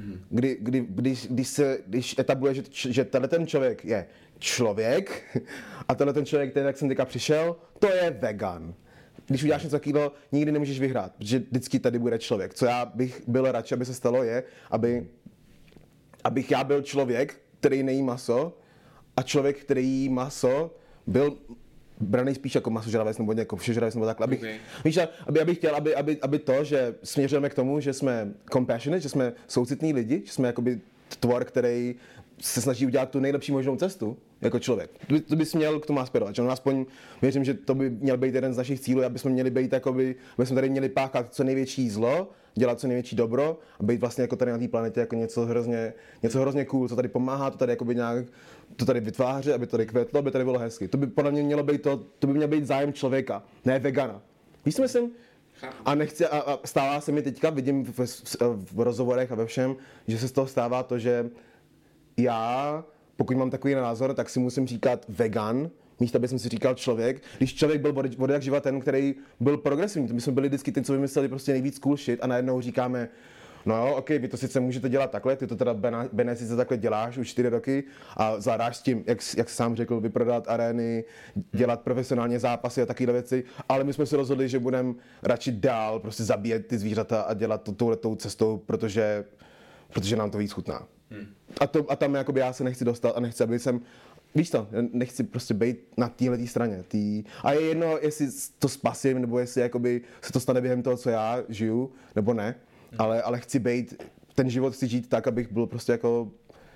Když etabluje, že ten člověk je člověk a ten člověk, který jak jsem teďka přišel, to je vegan. Když uděláš něco takového, nikdy nemůžeš vyhrát, protože vždycky tady bude člověk. Co já bych byl radši, aby se stalo, je, abych já byl člověk, který nejí maso, a člověk, který jí maso, byl braný spíš jako masožravec nebo jako všežravec nebo takhle. Abych chtěl, aby to, že směřujeme k tomu, že jsme compassionate, že jsme soucitní lidi, že jsme jakoby tvor, který se snaží udělat tu nejlepší možnou cestu jako člověk. To bys měl k tomu aspirovat. Že? Aspoň věřím, že to by měl být jeden z našich cílů, aby jsme měli být jakoby, aby jsme tady měli páchat co největší zlo, dělat co největší dobro a být vlastně jako tady na té planetě jako něco hrozně cool, co tady pomáhá, to tady jakoby nějak to tady vytváří, aby to tady kvetlo, aby tady bylo hezky. To by podle mě mělo být to by měl být zájem člověka, ne vegana. Víš, co myslím? A stává se mi teďka, vidím v rozhovorech a ve všem, že se z toho stává to, že já, pokud mám takový názor, tak si musím říkat vegan, místo aby jsem si říkal člověk. Když člověk byl od jak živa ten, který byl progresivní, my jsme byli vždycky ty, co vymysleli prostě nejvíc cool shit a najednou říkáme, no jo, ok, vy to sice můžete dělat takhle, ty to teda Bene sice takhle děláš už 4 roky a zvládáš s tím, jak jsi sám řekl, vyprodat arény, dělat profesionálně zápasy a takové věci, ale my jsme se rozhodli, že budeme radši dál prostě zabíjet ty zvířata a dělat to touhletou cestou, protože nám to víc chutná. A tam jakoby já se nechci dostat a nechci, aby jsem, víš to, nechci prostě být na téhletý straně. A je jedno, jestli to spasím, nebo jestli jakoby se to stane během toho, co já žiju, nebo ne. Ale chci být, ten život chci žít tak, abych byl prostě jako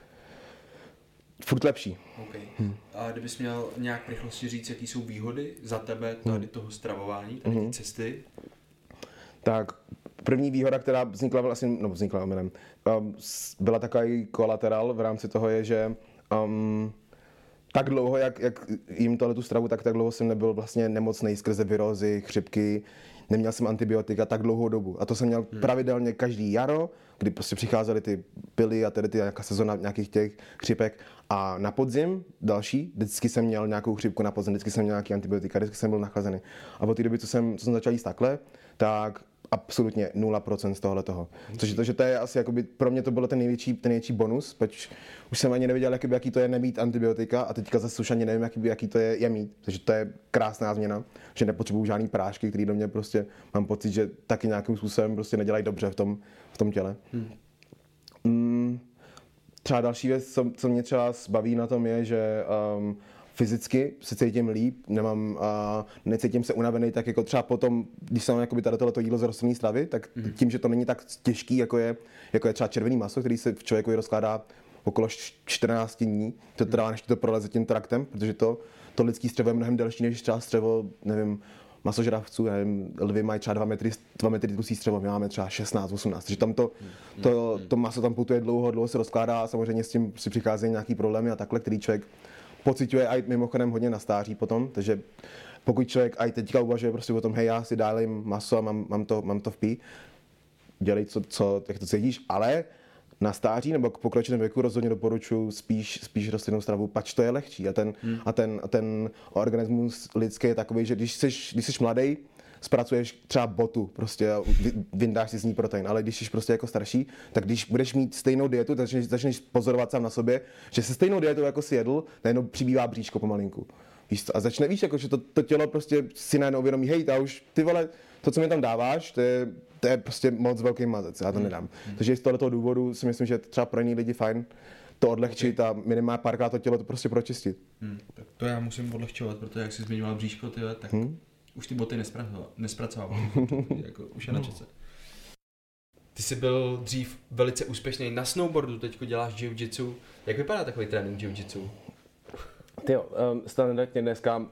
furt lepší. Okay. A kdybys měl nějak v rychlosti říct, jaký jsou výhody za tebe tady toho stravování, tady té cesty? Tak první výhoda, která vznikla omylem, byla takový kolaterál v rámci toho je, že tak dlouho, jak jim tu stravu, tak dlouho jsem nebyl vlastně nemocnej skrze virózy, chřipky, neměl jsem antibiotika tak dlouhou dobu. A to jsem měl pravidelně každý jaro, kdy prostě přicházely ty pily a tedy nějaká sezona nějakých těch chřipek. A na podzim další, vždycky jsem měl nějakou chřipku na podzim, vždycky jsem měl nějaký antibiotika, vždycky jsem byl nachlazený. A od té doby, co jsem začal jíst takhle, tak absolutně 0% z tohohle toho. Což to je asi jakoby, pro mě to bylo ten největší bonus, protože už jsem ani nevěděl, jaký to je nemít antibiotika a teďka zase už ani nevím, jaký to je mít. Takže to je krásná změna, že nepotřebuju žádný prášky, který do mě prostě mám pocit, že taky nějakým způsobem prostě nedělají dobře v tom těle. Třeba další věc, co mě třeba baví na tom je, že fyzicky se cítím líp, necítím se unavený, tak jako třeba potom, když jsem jakoby tohleto jídlo z rostlinné stravy, tak tím, že to není tak těžký, jako je třeba červený maso, který se v člověku rozkládá okolo 14 dní, to trvá, než to proleze tím traktem, protože to lidský střevo je mnohem delší než třeba střevo, nevím, masožravců, nevím, lvy mají třeba 2 metry tlustý střevo, my máme třeba 16, 18, takže tam to maso tam putuje dlouho se rozkládá a samozřejmě s tím si přicházejí nějaký problémy a takhle, který člověk pociťuje i mimochodem hodně na stáří potom, takže pokud člověk i teďka uvažuje prostě o tom, hej, já si dálím maso a mám to v pí, dělej, jak to cítíš, ale na stáří nebo k pokročilém věku rozhodně doporučuji spíš rostlinnou stravu, pač to je lehčí a ten organismus lidský je takový, že když jsi mladý, zpracuješ třeba botu, prostě vyndáš si z ní protein, ale když jsi prostě jako starší, tak když budeš mít stejnou dietu, začneš pozorovat sám na sobě, že se stejnou dietou jako si jedl, najednou přibývá bříško pomalinku. A víš, jako, že to tělo prostě si najednou uvědomí, hej, ta už, ty vole, to, co mi tam dáváš, to je prostě moc velký mazec, já to nedám. Takže z tohoto důvodu si myslím, že třeba pro jiný lidi fajn to odlehčit a minimálně párkrát to tělo to prostě pročistit. Tak to já musím odlehčovat, protože jak jsi zmiňoval bříško, tak už ty boty nespracovával. Jako, už je na čase. Ty jsi byl dřív velice úspěšný na snowboardu, teďko děláš jiu-jitsu. Jak vypadá takový trénink jiu-jitsu? Tyjo, standardně dneska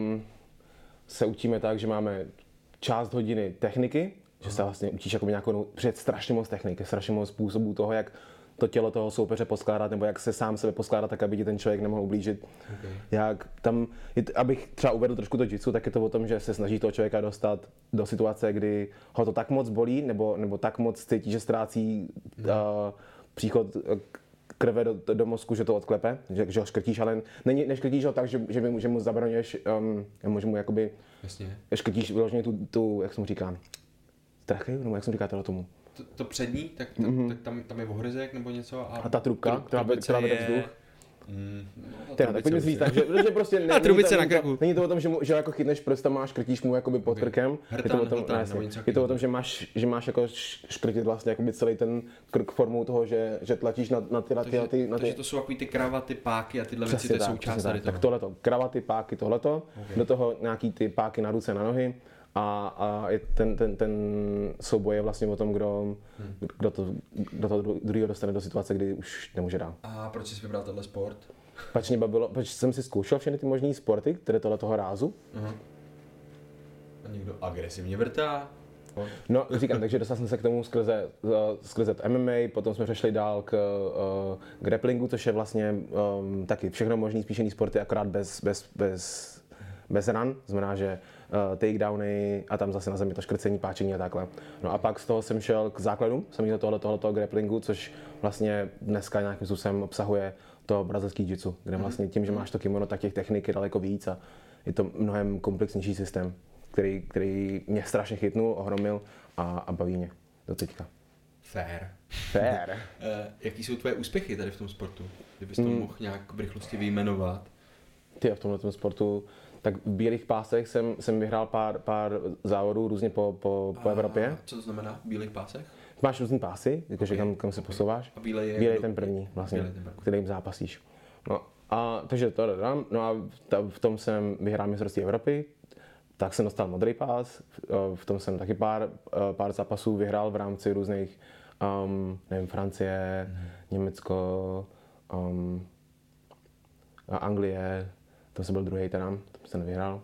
se učíme tak, že máme část hodiny techniky, že se vlastně učíš jako nějakou strašně moc techniky, strašně moc způsobů toho, jak to tělo toho soupeře poskládat, nebo jak se sám sebe poskládat, tak aby ti ten člověk nemohl ublížit. Okay. Jak tam, abych třeba uvedl trošku to jitsu, tak je to o tom, že se snaží toho člověka dostat do situace, kdy ho to tak moc bolí, nebo tak moc cítí, že ztrácí příchod krve do mozku, že to odklepe, že ho škrtíš, ale neškrtíš ho tak, že mu zabraňuješ, že mu jakoby škrtíš vyloženě tu jak jsem říkám, strachy, nebo jak jsem říká tomu. To přední, tak tam je ohryzek nebo něco a ta trubka, která vede vzduch. Tak pojďme si říct tak, že prostě není to o tom, že jako chytneš prst a máš, škrtíš mu jakoby pod krkem. Je to o tom, že máš jako škrtit vlastně jakoby celý ten krk formou toho, že tlačíš na ty. Takže to jsou takový ty kravaty, páky a tyhle věci, to jsou část tady toho. Tak tohleto, kravaty, páky, tohleto, do toho nějaký ty páky na ruce, na nohy. A ten souboj je vlastně o tom, kdo toho druhého dostane do situace, kdy už nemůže dál. A proč jsi vybral tenhle sport? Protože jsem si zkoušel všechny ty možný sporty, které toho rázu. A někdo agresivně vrtá? No, říkám, takže dostal jsem se k tomu skrze MMA, potom jsme přešli dál k grapplingu, což je vlastně taky všechno možný spíš jiný sporty, akorát bez ran, znamená, že takedowny a tam zase na zemi to škrcení, páčení a takhle. No a pak z toho jsem šel k základům, jsem měl tohoto grapplingu, což vlastně dneska nějakým způsobem obsahuje to brazilský jiu-jitsu, kde vlastně tím, že máš to kimono, tak těch technik je daleko víc a je to mnohem komplexnější systém, který mě strašně chytnul, ohromil a baví mě do teďka. Fair. Jaký jsou tvoje úspěchy tady v tom sportu? Kdybys to mohl nějak v rychlosti vyjmenovat? V tomhle sportu, tak v bílých pásech jsem vyhrál pár závodů různě po Evropě. Co to znamená v bílých pásech? Máš různý pásy, jakože kam se posouváš. A bílej je ten první, vlastně, kterým zápasíš. No a takže to dám. No a v tom jsem vyhrál mistrovství Evropy, tak jsem dostal modrý pás. V tom jsem taky pár zápasů vyhrál v rámci různých, nevím, Francie, Německo, Anglie. To jsem byl druhý tam jsem nevyhrál.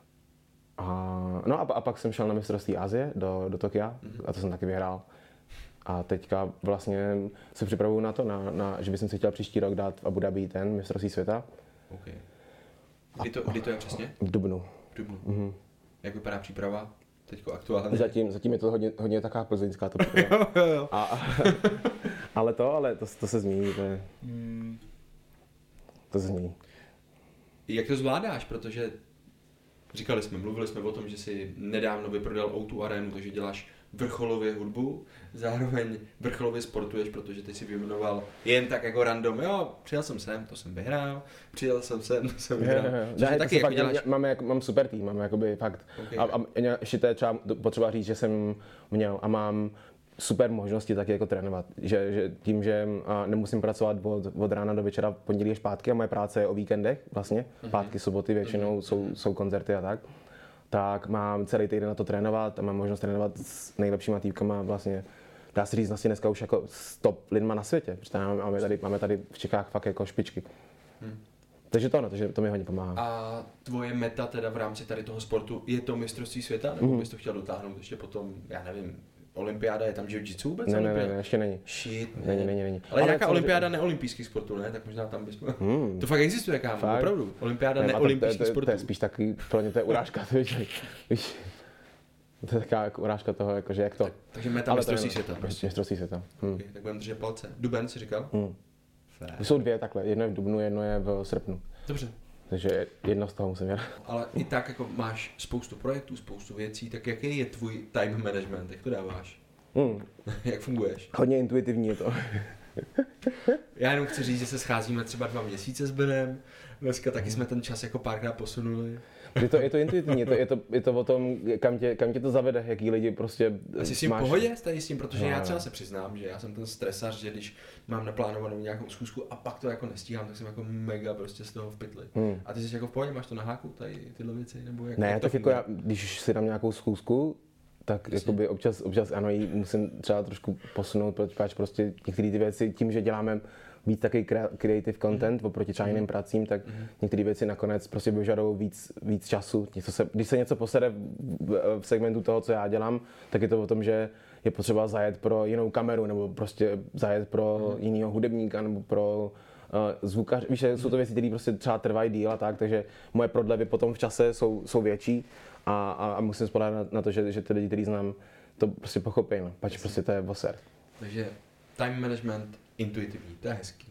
A pak jsem šel na mistrovství Asie do Tokia a to jsem taky vyhrál. A teďka vlastně se připravuju na to, že bych si chtěl příští rok dát v Abu Dhabi ten mistrovství světa. Okay. Kdy to je přesně? V dubnu. Mm-hmm. Jak vypadá příprava teďko aktuálně? Zatím je to hodně taková plzeňská to příprava. jo. Ale to se změní. To se změní. Jak to zvládáš, protože mluvili jsme o tom, že jsi nedávno vyprodal O2 Arenu, takže děláš vrcholově hudbu, zároveň vrcholově sportuješ, protože ty si vyjmenoval jen tak jako random, přijel jsem sem, to jsem vyhrál, přijel jsem sem, to jsem vyhrál. Taky jako děláš... Mám super tým, mám jakoby fakt. Okay. A ještě to je třeba potřeba říct, že jsem měl a mám super možnosti taky jako trénovat, že tím, že nemusím pracovat od rána do večera, pondělí až pátky a moje práce je o víkendech vlastně, pátky, soboty většinou jsou koncerty a tak mám celý týden na to trénovat a mám možnost trénovat s nejlepšíma týpkama vlastně, dá se říct vlastně dneska už jako s top lidma na světě, protože máme tady v Čechách fakt jako špičky. Takže to mi hodně pomáhá. A tvoje meta teda v rámci tady toho sportu, je to mistrovství světa, nebo bys to chtěl dotáhnout ještě potom, já nevím, olympiáda, je tam jiu-jitsu vůbec? Ne, ještě není. Shit, Není. Ale nějaká olympiáda neolympijských sportů, ne? Tak možná tam bychom... To fakt existuje, kámo, opravdu. Olympiáda neolympijských sportů. To je spíš taky, pro mě to je urážka, víš. To je taková urážka toho, jakože jak to. Takže meta mistrovství světa. Mistrovství světa. Okay, tak budeme držet palce. Duben si říkal? Jsou dvě takhle, jedno je v dubnu, jedno je v srpnu. Dobře. Takže jedno z toho musím dělat. Ale i tak jako máš spoustu projektů, spoustu věcí, tak jaký je tvůj time management, jak to dáváš? Jak funguješ? Hodně intuitivní je to. Já jenom chci říct, že se scházíme třeba 2 měsíce s Benem, dneska taky jsme ten čas jako párkrát posunuli. Je to intuitivní, je to o tom, kam tě to zavede, jaký lidi prostě asi s tím pohodě tady s tím, protože já třeba se přiznám, že já jsem ten stresař, že když mám naplánovanou nějakou schůzku a pak to jako nestíhám, tak jsem jako mega prostě z toho v pytli. A ty jsi jako v pohodě, máš to na háku, tady tyhle věci, nebo jak? Ne, tak jako já, když si dám nějakou schůzku, tak jakoby občas ano, jí musím třeba trošku posunout, protože prostě některé ty věci, tím, že děláme víc takový creative content oproti třeba jiným pracím, tak některé věci nakonec prostě vyžadují víc času. Když se něco posede v segmentu toho, co já dělám, tak je to o tom, že je potřeba zajet pro jinou kameru nebo prostě zajet pro jinýho hudebníka nebo pro zvukař. Víš, jsou to věci, které prostě třeba trvají díl a tak, takže moje prodlevy potom v čase jsou větší a musím spoléhat na to, že ty lidi, který znám, to prostě pochopí, no. Pač prostě to je voser. Takže time management intuitivní, to je hezký.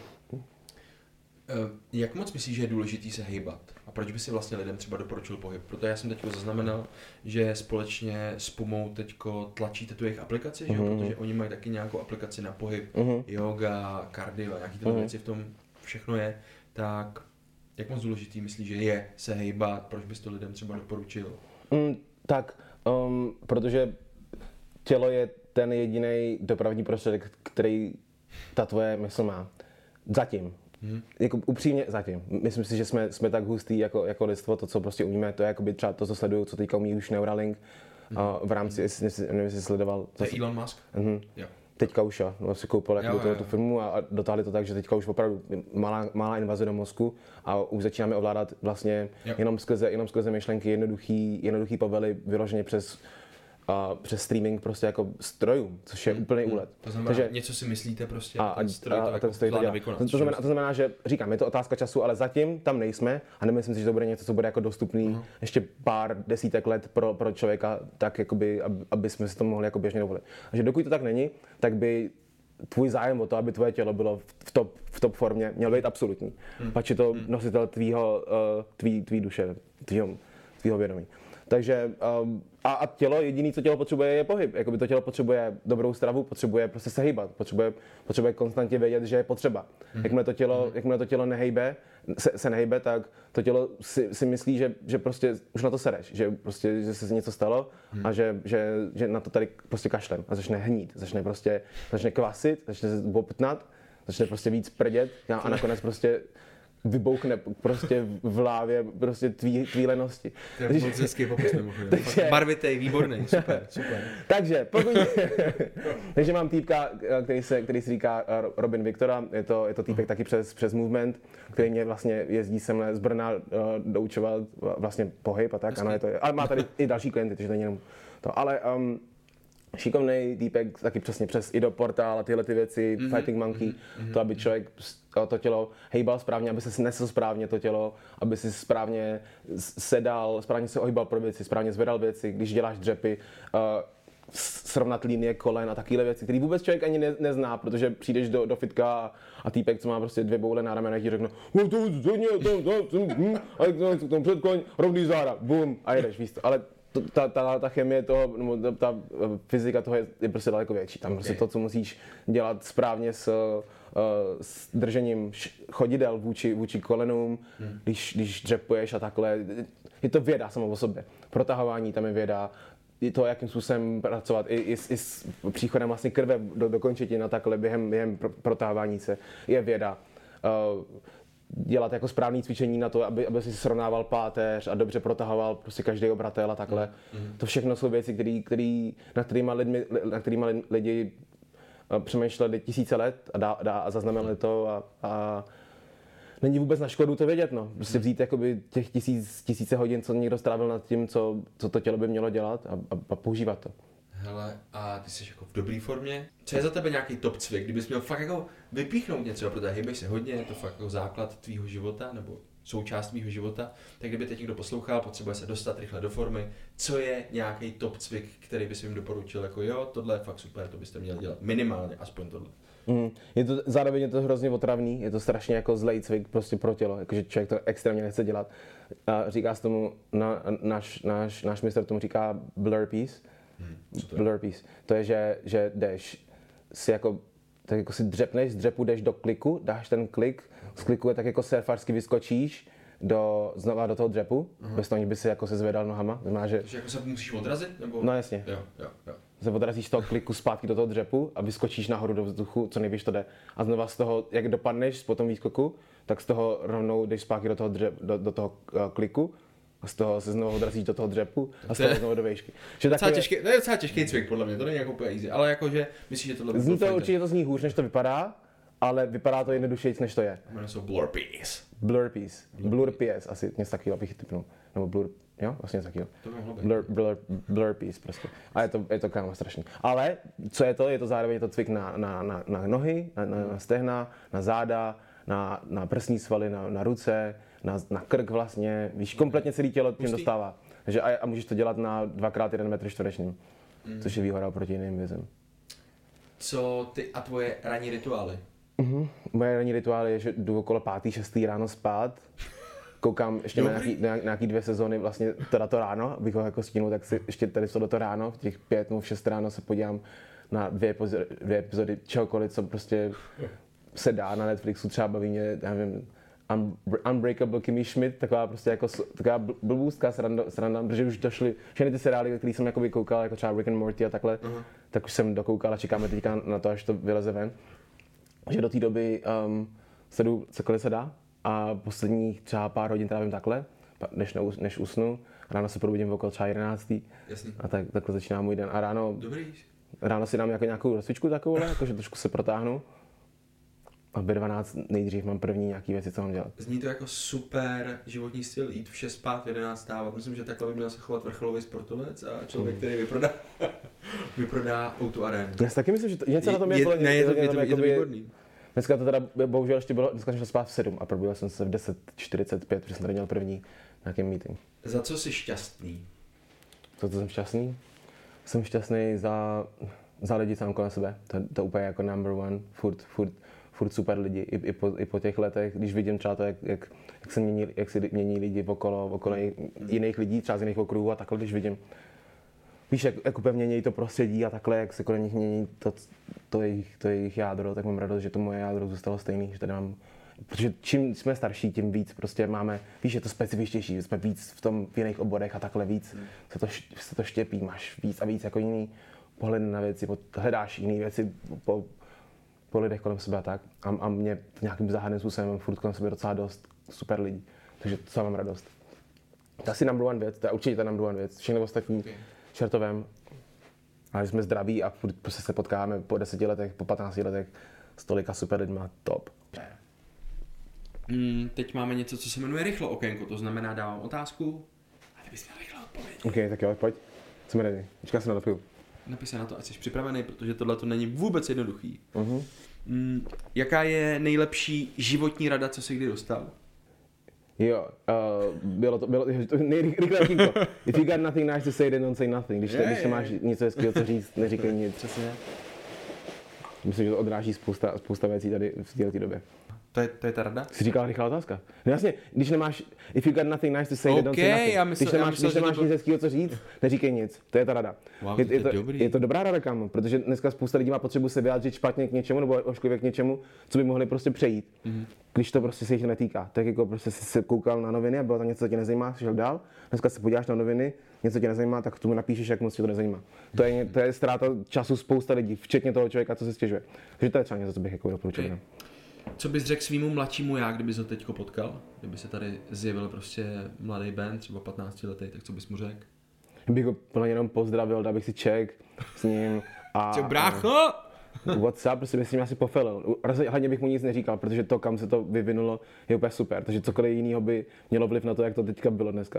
Jak moc myslíš, že je důležitý se hejbat? A proč by si vlastně lidem třeba doporučil pohyb? Protože já jsem teď zaznamenal, že společně s Pumou teďko tlačíte tu jejich aplikaci, že? Protože oni mají taky nějakou aplikaci na pohyb, yoga, kardio, nějaký tyhle věci v tom všechno je. Tak jak moc důležitý myslíš, že je se hejbat? Proč bys to lidem třeba doporučil? Protože tělo je ten jediný dopravní prostředek, který ta tvoje mysl má. Zatím. Jako upřímně zatím. Myslím si, že jsme tak hustý jako lidstvo, to, co prostě umíme, to je jakoby třeba to, co sleduju, co teďka umí už Neuralink. V rámci, nevím, jestli sledoval. To je Elon Musk? Jo. Teďka už si koupil tu firmu a dotáhli to tak, že teďka už opravdu malá invaze do mozku a už začínáme ovládat vlastně jenom skrze myšlenky jednoduchý povely vyloženě přes streaming prostě jako strojů, což je úplný úlet. To znamená, takže něco si myslíte prostě a ten stroj to jako zvládne vykonat. To znamená, že říkám, je to otázka času, ale zatím tam nejsme a nemyslím si, že to bude něco, co bude jako dostupný ještě pár desítek let pro člověka, tak jakoby, aby jsme si to mohli jako běžně dovolit. Takže dokud to tak není, tak by tvůj zájem o to, aby tvoje tělo bylo v top formě, měl být absolutní. Pač je to nositel tvý duše, tvýho vědomí. Takže a tělo, jediné, co tělo potřebuje, je pohyb. Jakoby to tělo potřebuje dobrou stravu, potřebuje prostě se hýbat, potřebuje konstantně vědět, že je potřeba. Jakmile to tělo se nehejbe, tak to tělo si myslí, že prostě už na to sereš, že se něco stalo a že na to tady prostě kašlem a začne hnít, začne kvasit, začne se bobtnat, začne prostě víc prdět a nakonec prostě vybouchne prostě v hlavě prostě tvý lenosti. To je moc hezký popis mimochodem. Barvitej, výborný, super. Takže takže mám týpka, který se říká Robin Viktora, je to týpek taky přes Movement, který mě vlastně jezdí sem z Brna doučovat vlastně pohyb a tak. Ano, ale má tady i další klienty, takže to není jenom to. Ale šikovnej týpek taky přesně přes Ido portál a tyhle ty věci, Fighting Monkey, to, aby člověk to tělo hejbal správně, aby se nesl správně to tělo, aby si správně sedal, správně se ohýbal pro věci, správně zvedal věci, když děláš dřepy, srovnat linie kolen a takovéhle věci, které vůbec člověk ani nezná, protože přijdeš do fitka a týpek, co má prostě 2 boule na ramenech, ti řekne to předkoň, rovný záda, bum, a jedeš, víš to. Ale ta chemie toho, nebo ta fyzika toho je prostě daleko větší. Tam prostě to, co musíš dělat správně s držením chodidel vůči kolenům, když dřepuješ a takhle. Je to věda samo o sobě. Protahování tam je věda. I to, jakým způsobem pracovat, i s příchodem vlastně krve do končetin a takhle během protahování se je věda. Dělat jako správné cvičení na to, aby si srovnával páteř a dobře protahoval prostě každý obratel a takhle. To všechno jsou věci, na kterýma lidi přemýšleli tisíce let a zaznamenali to a není vůbec na škodu to vědět, no. Prostě vzít jakoby těch tisíce hodin, co někdo strávil nad tím, co to tělo by mělo dělat a používat to. Hele, a ty jsi jako v dobré formě. Co je za tebe nějaký top cvik, kdybys měl fakt jako vypíchnout něco, protože hýbeš se hodně, je to fakt jako základ tvýho života, nebo součást tvýho života, tak kdyby teď někdo poslouchal, potřebuje se dostat rychle do formy, co je nějaký top cvik, který bys jim doporučil, jako jo, tohle je fakt super, to byste měli dělat, minimálně, aspoň tohle. Zároveň je to hrozně otravný, je to strašně jako zlej cvik prostě pro tělo, jakože člověk to extrémně nechce dělat. A říká se tomu, náš mistr tomu říká burpees. Burpees. To je, že jdeš si jako, tak jako si dřepneš, z dřepu jdeš do kliku, dáš ten klik, z kliku je tak jako surfarsky vyskočíš znova do toho dřepu, bez toho, by si jako se zvedal nohama. Znamená, že jako se musíš odrazit? Nebo? No jasně. Jo. Se odrazíš z toho kliku zpátky do toho dřepu a vyskočíš nahoru do vzduchu, co nejvíš to jde. A znova z toho, jak dopadneš po tom výskoku, tak z toho rovnou jdeš zpátky do toho, do toho kliku a z toho se znovu odrazíš do toho dřepu a z toho znovu do výšky. To je docela těžký cvik podle mě, to není jako úplně easy, ale jakože myslíš, že tohle by zní to určitě to zní hůř, než to vypadá, ale vypadá to jednodušejc, než to je. Jmenuji se burpees. Burpees, asi něco takového bych typnul. Nebo jo, vlastně něco takového. To by mohlo být. Burpees prostě. A je to kámo strašný. Ale co je to? Je to zároveň to cvik na nohy, na stehna, na záda, na prsní svaly, na ruce, na krk vlastně. Víš, kompletně celé tělo tím dostává. Takže a můžeš to dělat na 2x1 metr čtvereční, což je výhoda proti jiným vězem. Co ty a tvoje ranní rituály? Moje ranní rituál je, že jdu okolo 5. 6. ráno spát, koukám ještě na nějaký 2 sezóny, vlastně teda to ráno, abych ho jako stínul, tak si ještě tady to ráno, v těch 5 nebo 6 ráno se podívám na 2 epizody čehokoliv, co prostě se dá na Netflixu, třeba baví mě, já nevím, Unbreakable Kimmy Schmidt, taková prostě jako taková blbůstka sranda, protože už došly všechny ty seriály, které jsem jakoby koukal, jako třeba Rick and Morty a takhle, tak už jsem dokoukal a čekáme teďka na to, až to vyleze ven. Že do té doby sleduju cokoliv se dá a posledních třeba pár hodin trávím takhle, než usnu. Ráno se probudím okolo třeba 11. Jasný. A takhle začíná můj den. A ráno si dám jako nějakou rozcvičku takovou, jakože trošku se protáhnu. A v 12 nejdřív mám první nějaký věci, co mám dělat. Zní to jako super životní styl, jít v 6 spát, v 11 stávat. Myslím, že takhle by měl se chovat vrcholový sportovec a člověk, který vyprodá O2 arénu. Já si taky myslím, že něco na tom je to výborný. Dneska to teda bohužel ještě bylo, dneska jsem šel spát v 7 a probudil jsem se v 10:45, protože jsem tady měl první nějaký meeting. Za co jsi šťastný? Za co jsem šťastný? Jsem šťastný za lidi sám kolem sebe. To úplně jako number one, furt super lidi. I po těch letech, když vidím třeba to, jak se mění lidi okolo jiných lidí, třeba z jiných okruhů a takhle, když vidím, víš, jak úplně mění to prostředí a takhle, jak se kolem nich mění to jejich jádro, tak mám radost, že to moje jádro zůstalo stejný, že tady mám, protože čím jsme starší, tím víc prostě máme, víš, je to specifičtější, jsme víc v jiných oborech a takhle víc se to štěpí, máš víc a víc jako jiný pohled na věci, hledáš jiné věci po lidech kolem sebe a tak. A mě nějakým záhadným způsobem mám furt kolem sebe docela dost super lidí, takže to mám radost. To je asi number one věc, to je určitě ta number one věc, všechno ostatní čertovém, ale jsme zdraví a prostě se potkáme po 10 letech, po 15 letech s tolika super lidma, top. Teď máme něco, co se jmenuje rychlo okénko, to znamená dávám otázku a ty bys měl rychle odpovědět. Ok, tak jo, pojď, jsme ready, počkej se na to. Napíš se na to, ať jsi připravený, protože tohle to není vůbec jednoduchý. Jaká je nejlepší životní rada, co jsi kdy dostal? Jo, bylo to nejrychlé okénko. If you got nothing nice to say, then don't say nothing. Když nemáš něco hezkého co říct, neříkej nic. Přesně. Myslím, že to odráží spousta věcí tady v této době. To je ta rada? Jsi říkala rychlá otázka. No jasně, když nemáš, if you got nothing nice to say, then don't say nothing. Když nemáš nic hezkého co říct, neříkej nic. To je ta rada. Wow, je to dobrá rada, kámo, protože dneska spousta lidí má potřebu se vyjádřit špatně k něčemu nebo ošklivě k něčemu, co by mohli prostě přejít. Když to prostě se jich netýká. Tak jako prostě jsi se koukal na noviny a bylo tam něco, co tě nezajímá, šel dál. Dneska se podíváš na noviny, něco tě nezajímá, tak tomu napíšeš, jak moc tě to nezajímá. To je ztráta času spousta lidí, včetně toho člověka, co se stěžuje. Takže to je třeba něco, co bych jako doporučil. Co bys řekl svýmu mladšímu já, kdybys ho teďko potkal? Kdyby se tady zjevil prostě mladý Ben, třeba 15 letý, tak co bys mu řekl? Bych ho plně jenom pozdravil, dal bych si ček s ním a... Čau, brácho! WhatsApp, prostě bych si mě asi pofilil. Hlavně bych mu nic neříkal, protože to, kam se to vyvinulo, je úplně super. Takže cokoliv jiného by mělo vliv na to, jak to teďka bylo dneska.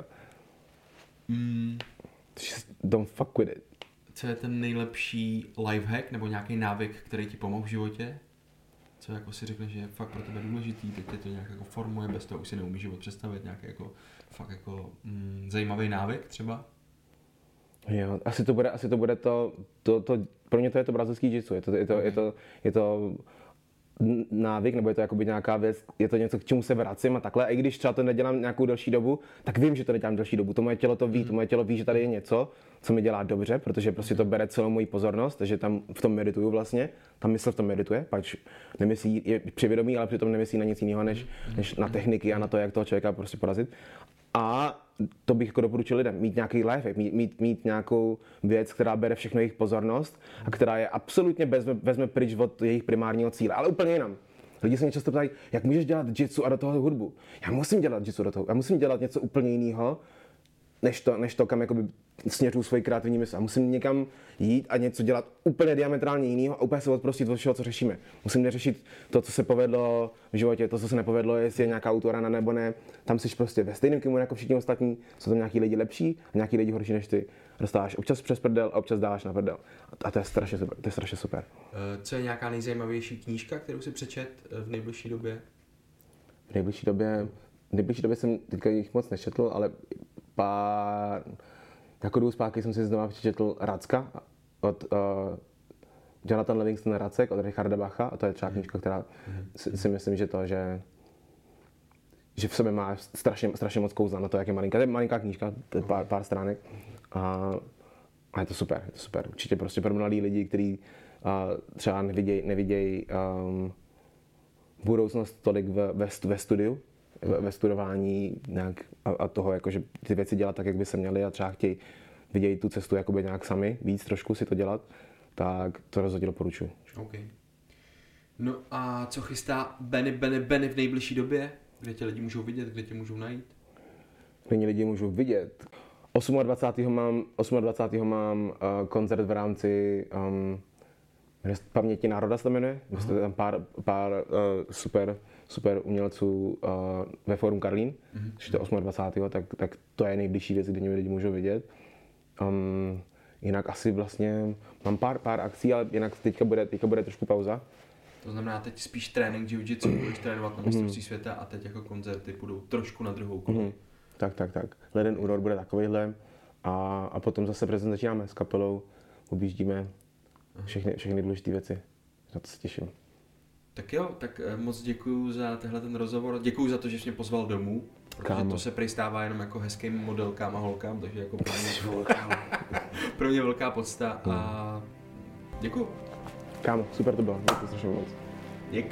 Don't fuck with it. Co je ten nejlepší lifehack nebo nějaký návyk, který ti pomohl v životě? Co jako si řekne, že je fakt pro tebe důležitý, teď tě to nějak jako formuje, bez toho už si neumíš život představit, nějaký jako fakt jako zajímavý návyk třeba? Jo, asi to bude to pro mě to je to brazilský jiu-jitsu, je to návyk, nebo je to jakoby nějaká věc, je to něco, k čemu se vracím a takhle. A i když třeba to nedělám nějakou delší dobu, tak vím, že to nedělám delší dobu. To moje tělo to ví, že tady je něco, co mi dělá dobře, protože prostě to bere celou moji pozornost, takže tam v tom medituju vlastně, tam mysl v tom medituje, pač nemyslí, je přivědomí, ale přitom nemyslí na nic jiného, než na techniky a na to, jak toho člověka prostě porazit. A to bych jako doporučil lidem, mít nějaký lifehack, mít nějakou věc, která bere všechno jejich pozornost a která je absolutně vezme pryč od jejich primárního cíle, ale úplně jinam. Lidi se mě často ptají, jak můžeš dělat jitsu a do toho hudbu. Já musím dělat jitsu do toho, já musím dělat něco úplně jiného, než to kam jakoby směřuju svoji kreativní mysl. A musím někam jít a něco dělat úplně diametrálně jiného a úplně se odprostit od všeho, co řešíme. Musím neřešit to, co se povedlo v životě, to, co se nepovedlo, jestli je nějaká autorana nebo ne. Tam jsi prostě ve stejném kimono jako všichni ostatní, jsou tam nějaký lidi lepší a nějaký lidi horší než ty. Dostáváš občas přes prdel a občas dáváš na prdel. A to je strašně super. Co je nějaká nejzajímavější knížka, kterou si přečet v nejbližší době? V nejbližší době jsem teďka jich moc nečetl, ale jako dobu zpátky jsem si znovu přečetl Racka od Jonathan Livingston Racek od Richarda Bacha a to je třeba knížka, která si myslím, že v sobě má strašně moc kouzla na to, jak je malinká. To je malinká knížka, to je pár stránek a je to super. Určitě prostě pro mladí lidi, kteří třeba nevidějí budoucnost tolik ve studiu, ve studování nějak a toho, jakože ty věci dělat tak, jak by se měly a třeba vidějí tu cestu jakoby nějak sami, víc trošku si to dělat, tak to rozhodně doporučuji. Okay. No a co chystá Benny v nejbližší době? Kde tě lidi můžou vidět, kde tě můžou najít? Kde lidi můžou vidět? 28. mám koncert v rámci Paměti národa se to jmenuje. Vlastně tam pár super umělců ve Fórum Karlín, což je to 28. Tak to je nejbližší věc, kde mě lidi můžou vidět. Jinak asi vlastně mám pár akcí, ale jinak teďka bude trošku pauza. To znamená teď spíš trénink jiu-jitsu, budeš trénovat na mistrovství světa a teď jako koncerty půjdou trošku na druhou kolej. Tak. Leden únor bude takovejhle a potom zase prezent začínáme s kapelou, objíždíme všechny důležité věci. Na to se těším. Tak jo, tak moc děkuju za tenhle ten rozhovor. Děkuju za to, že jsi mě pozval domů, protože to se prý stává jenom jako hezkým modelkám a holkám, takže jako pro mě velká podsta a děkuju. Kámo, super to bylo, děkuji strašně moc. Dík.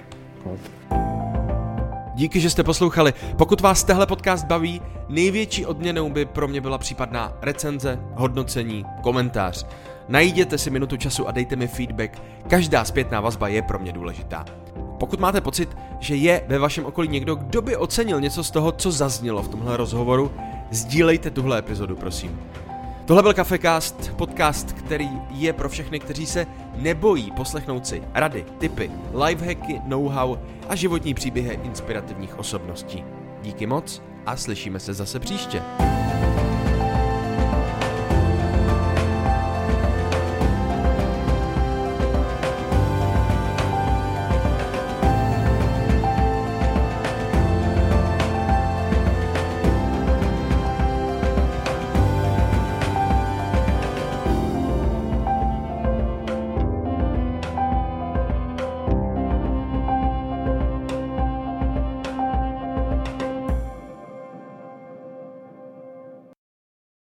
Díky, že jste poslouchali. Pokud vás tehle podcast baví, největší odměnou by pro mě byla případná recenze, hodnocení, komentář. Najděte si minutu času a dejte mi feedback. Každá zpětná vazba je pro mě důležitá. Pokud máte pocit, že je ve vašem okolí někdo, kdo by ocenil něco z toho, co zaznělo v tomhle rozhovoru, sdílejte tuhle epizodu, prosím. Tohle byl Cafecast, podcast, který je pro všechny, kteří se nebojí poslechnout si rady, tipy, lifehacky, know-how a životní příběhy inspirativních osobností. Díky moc a slyšíme se zase příště.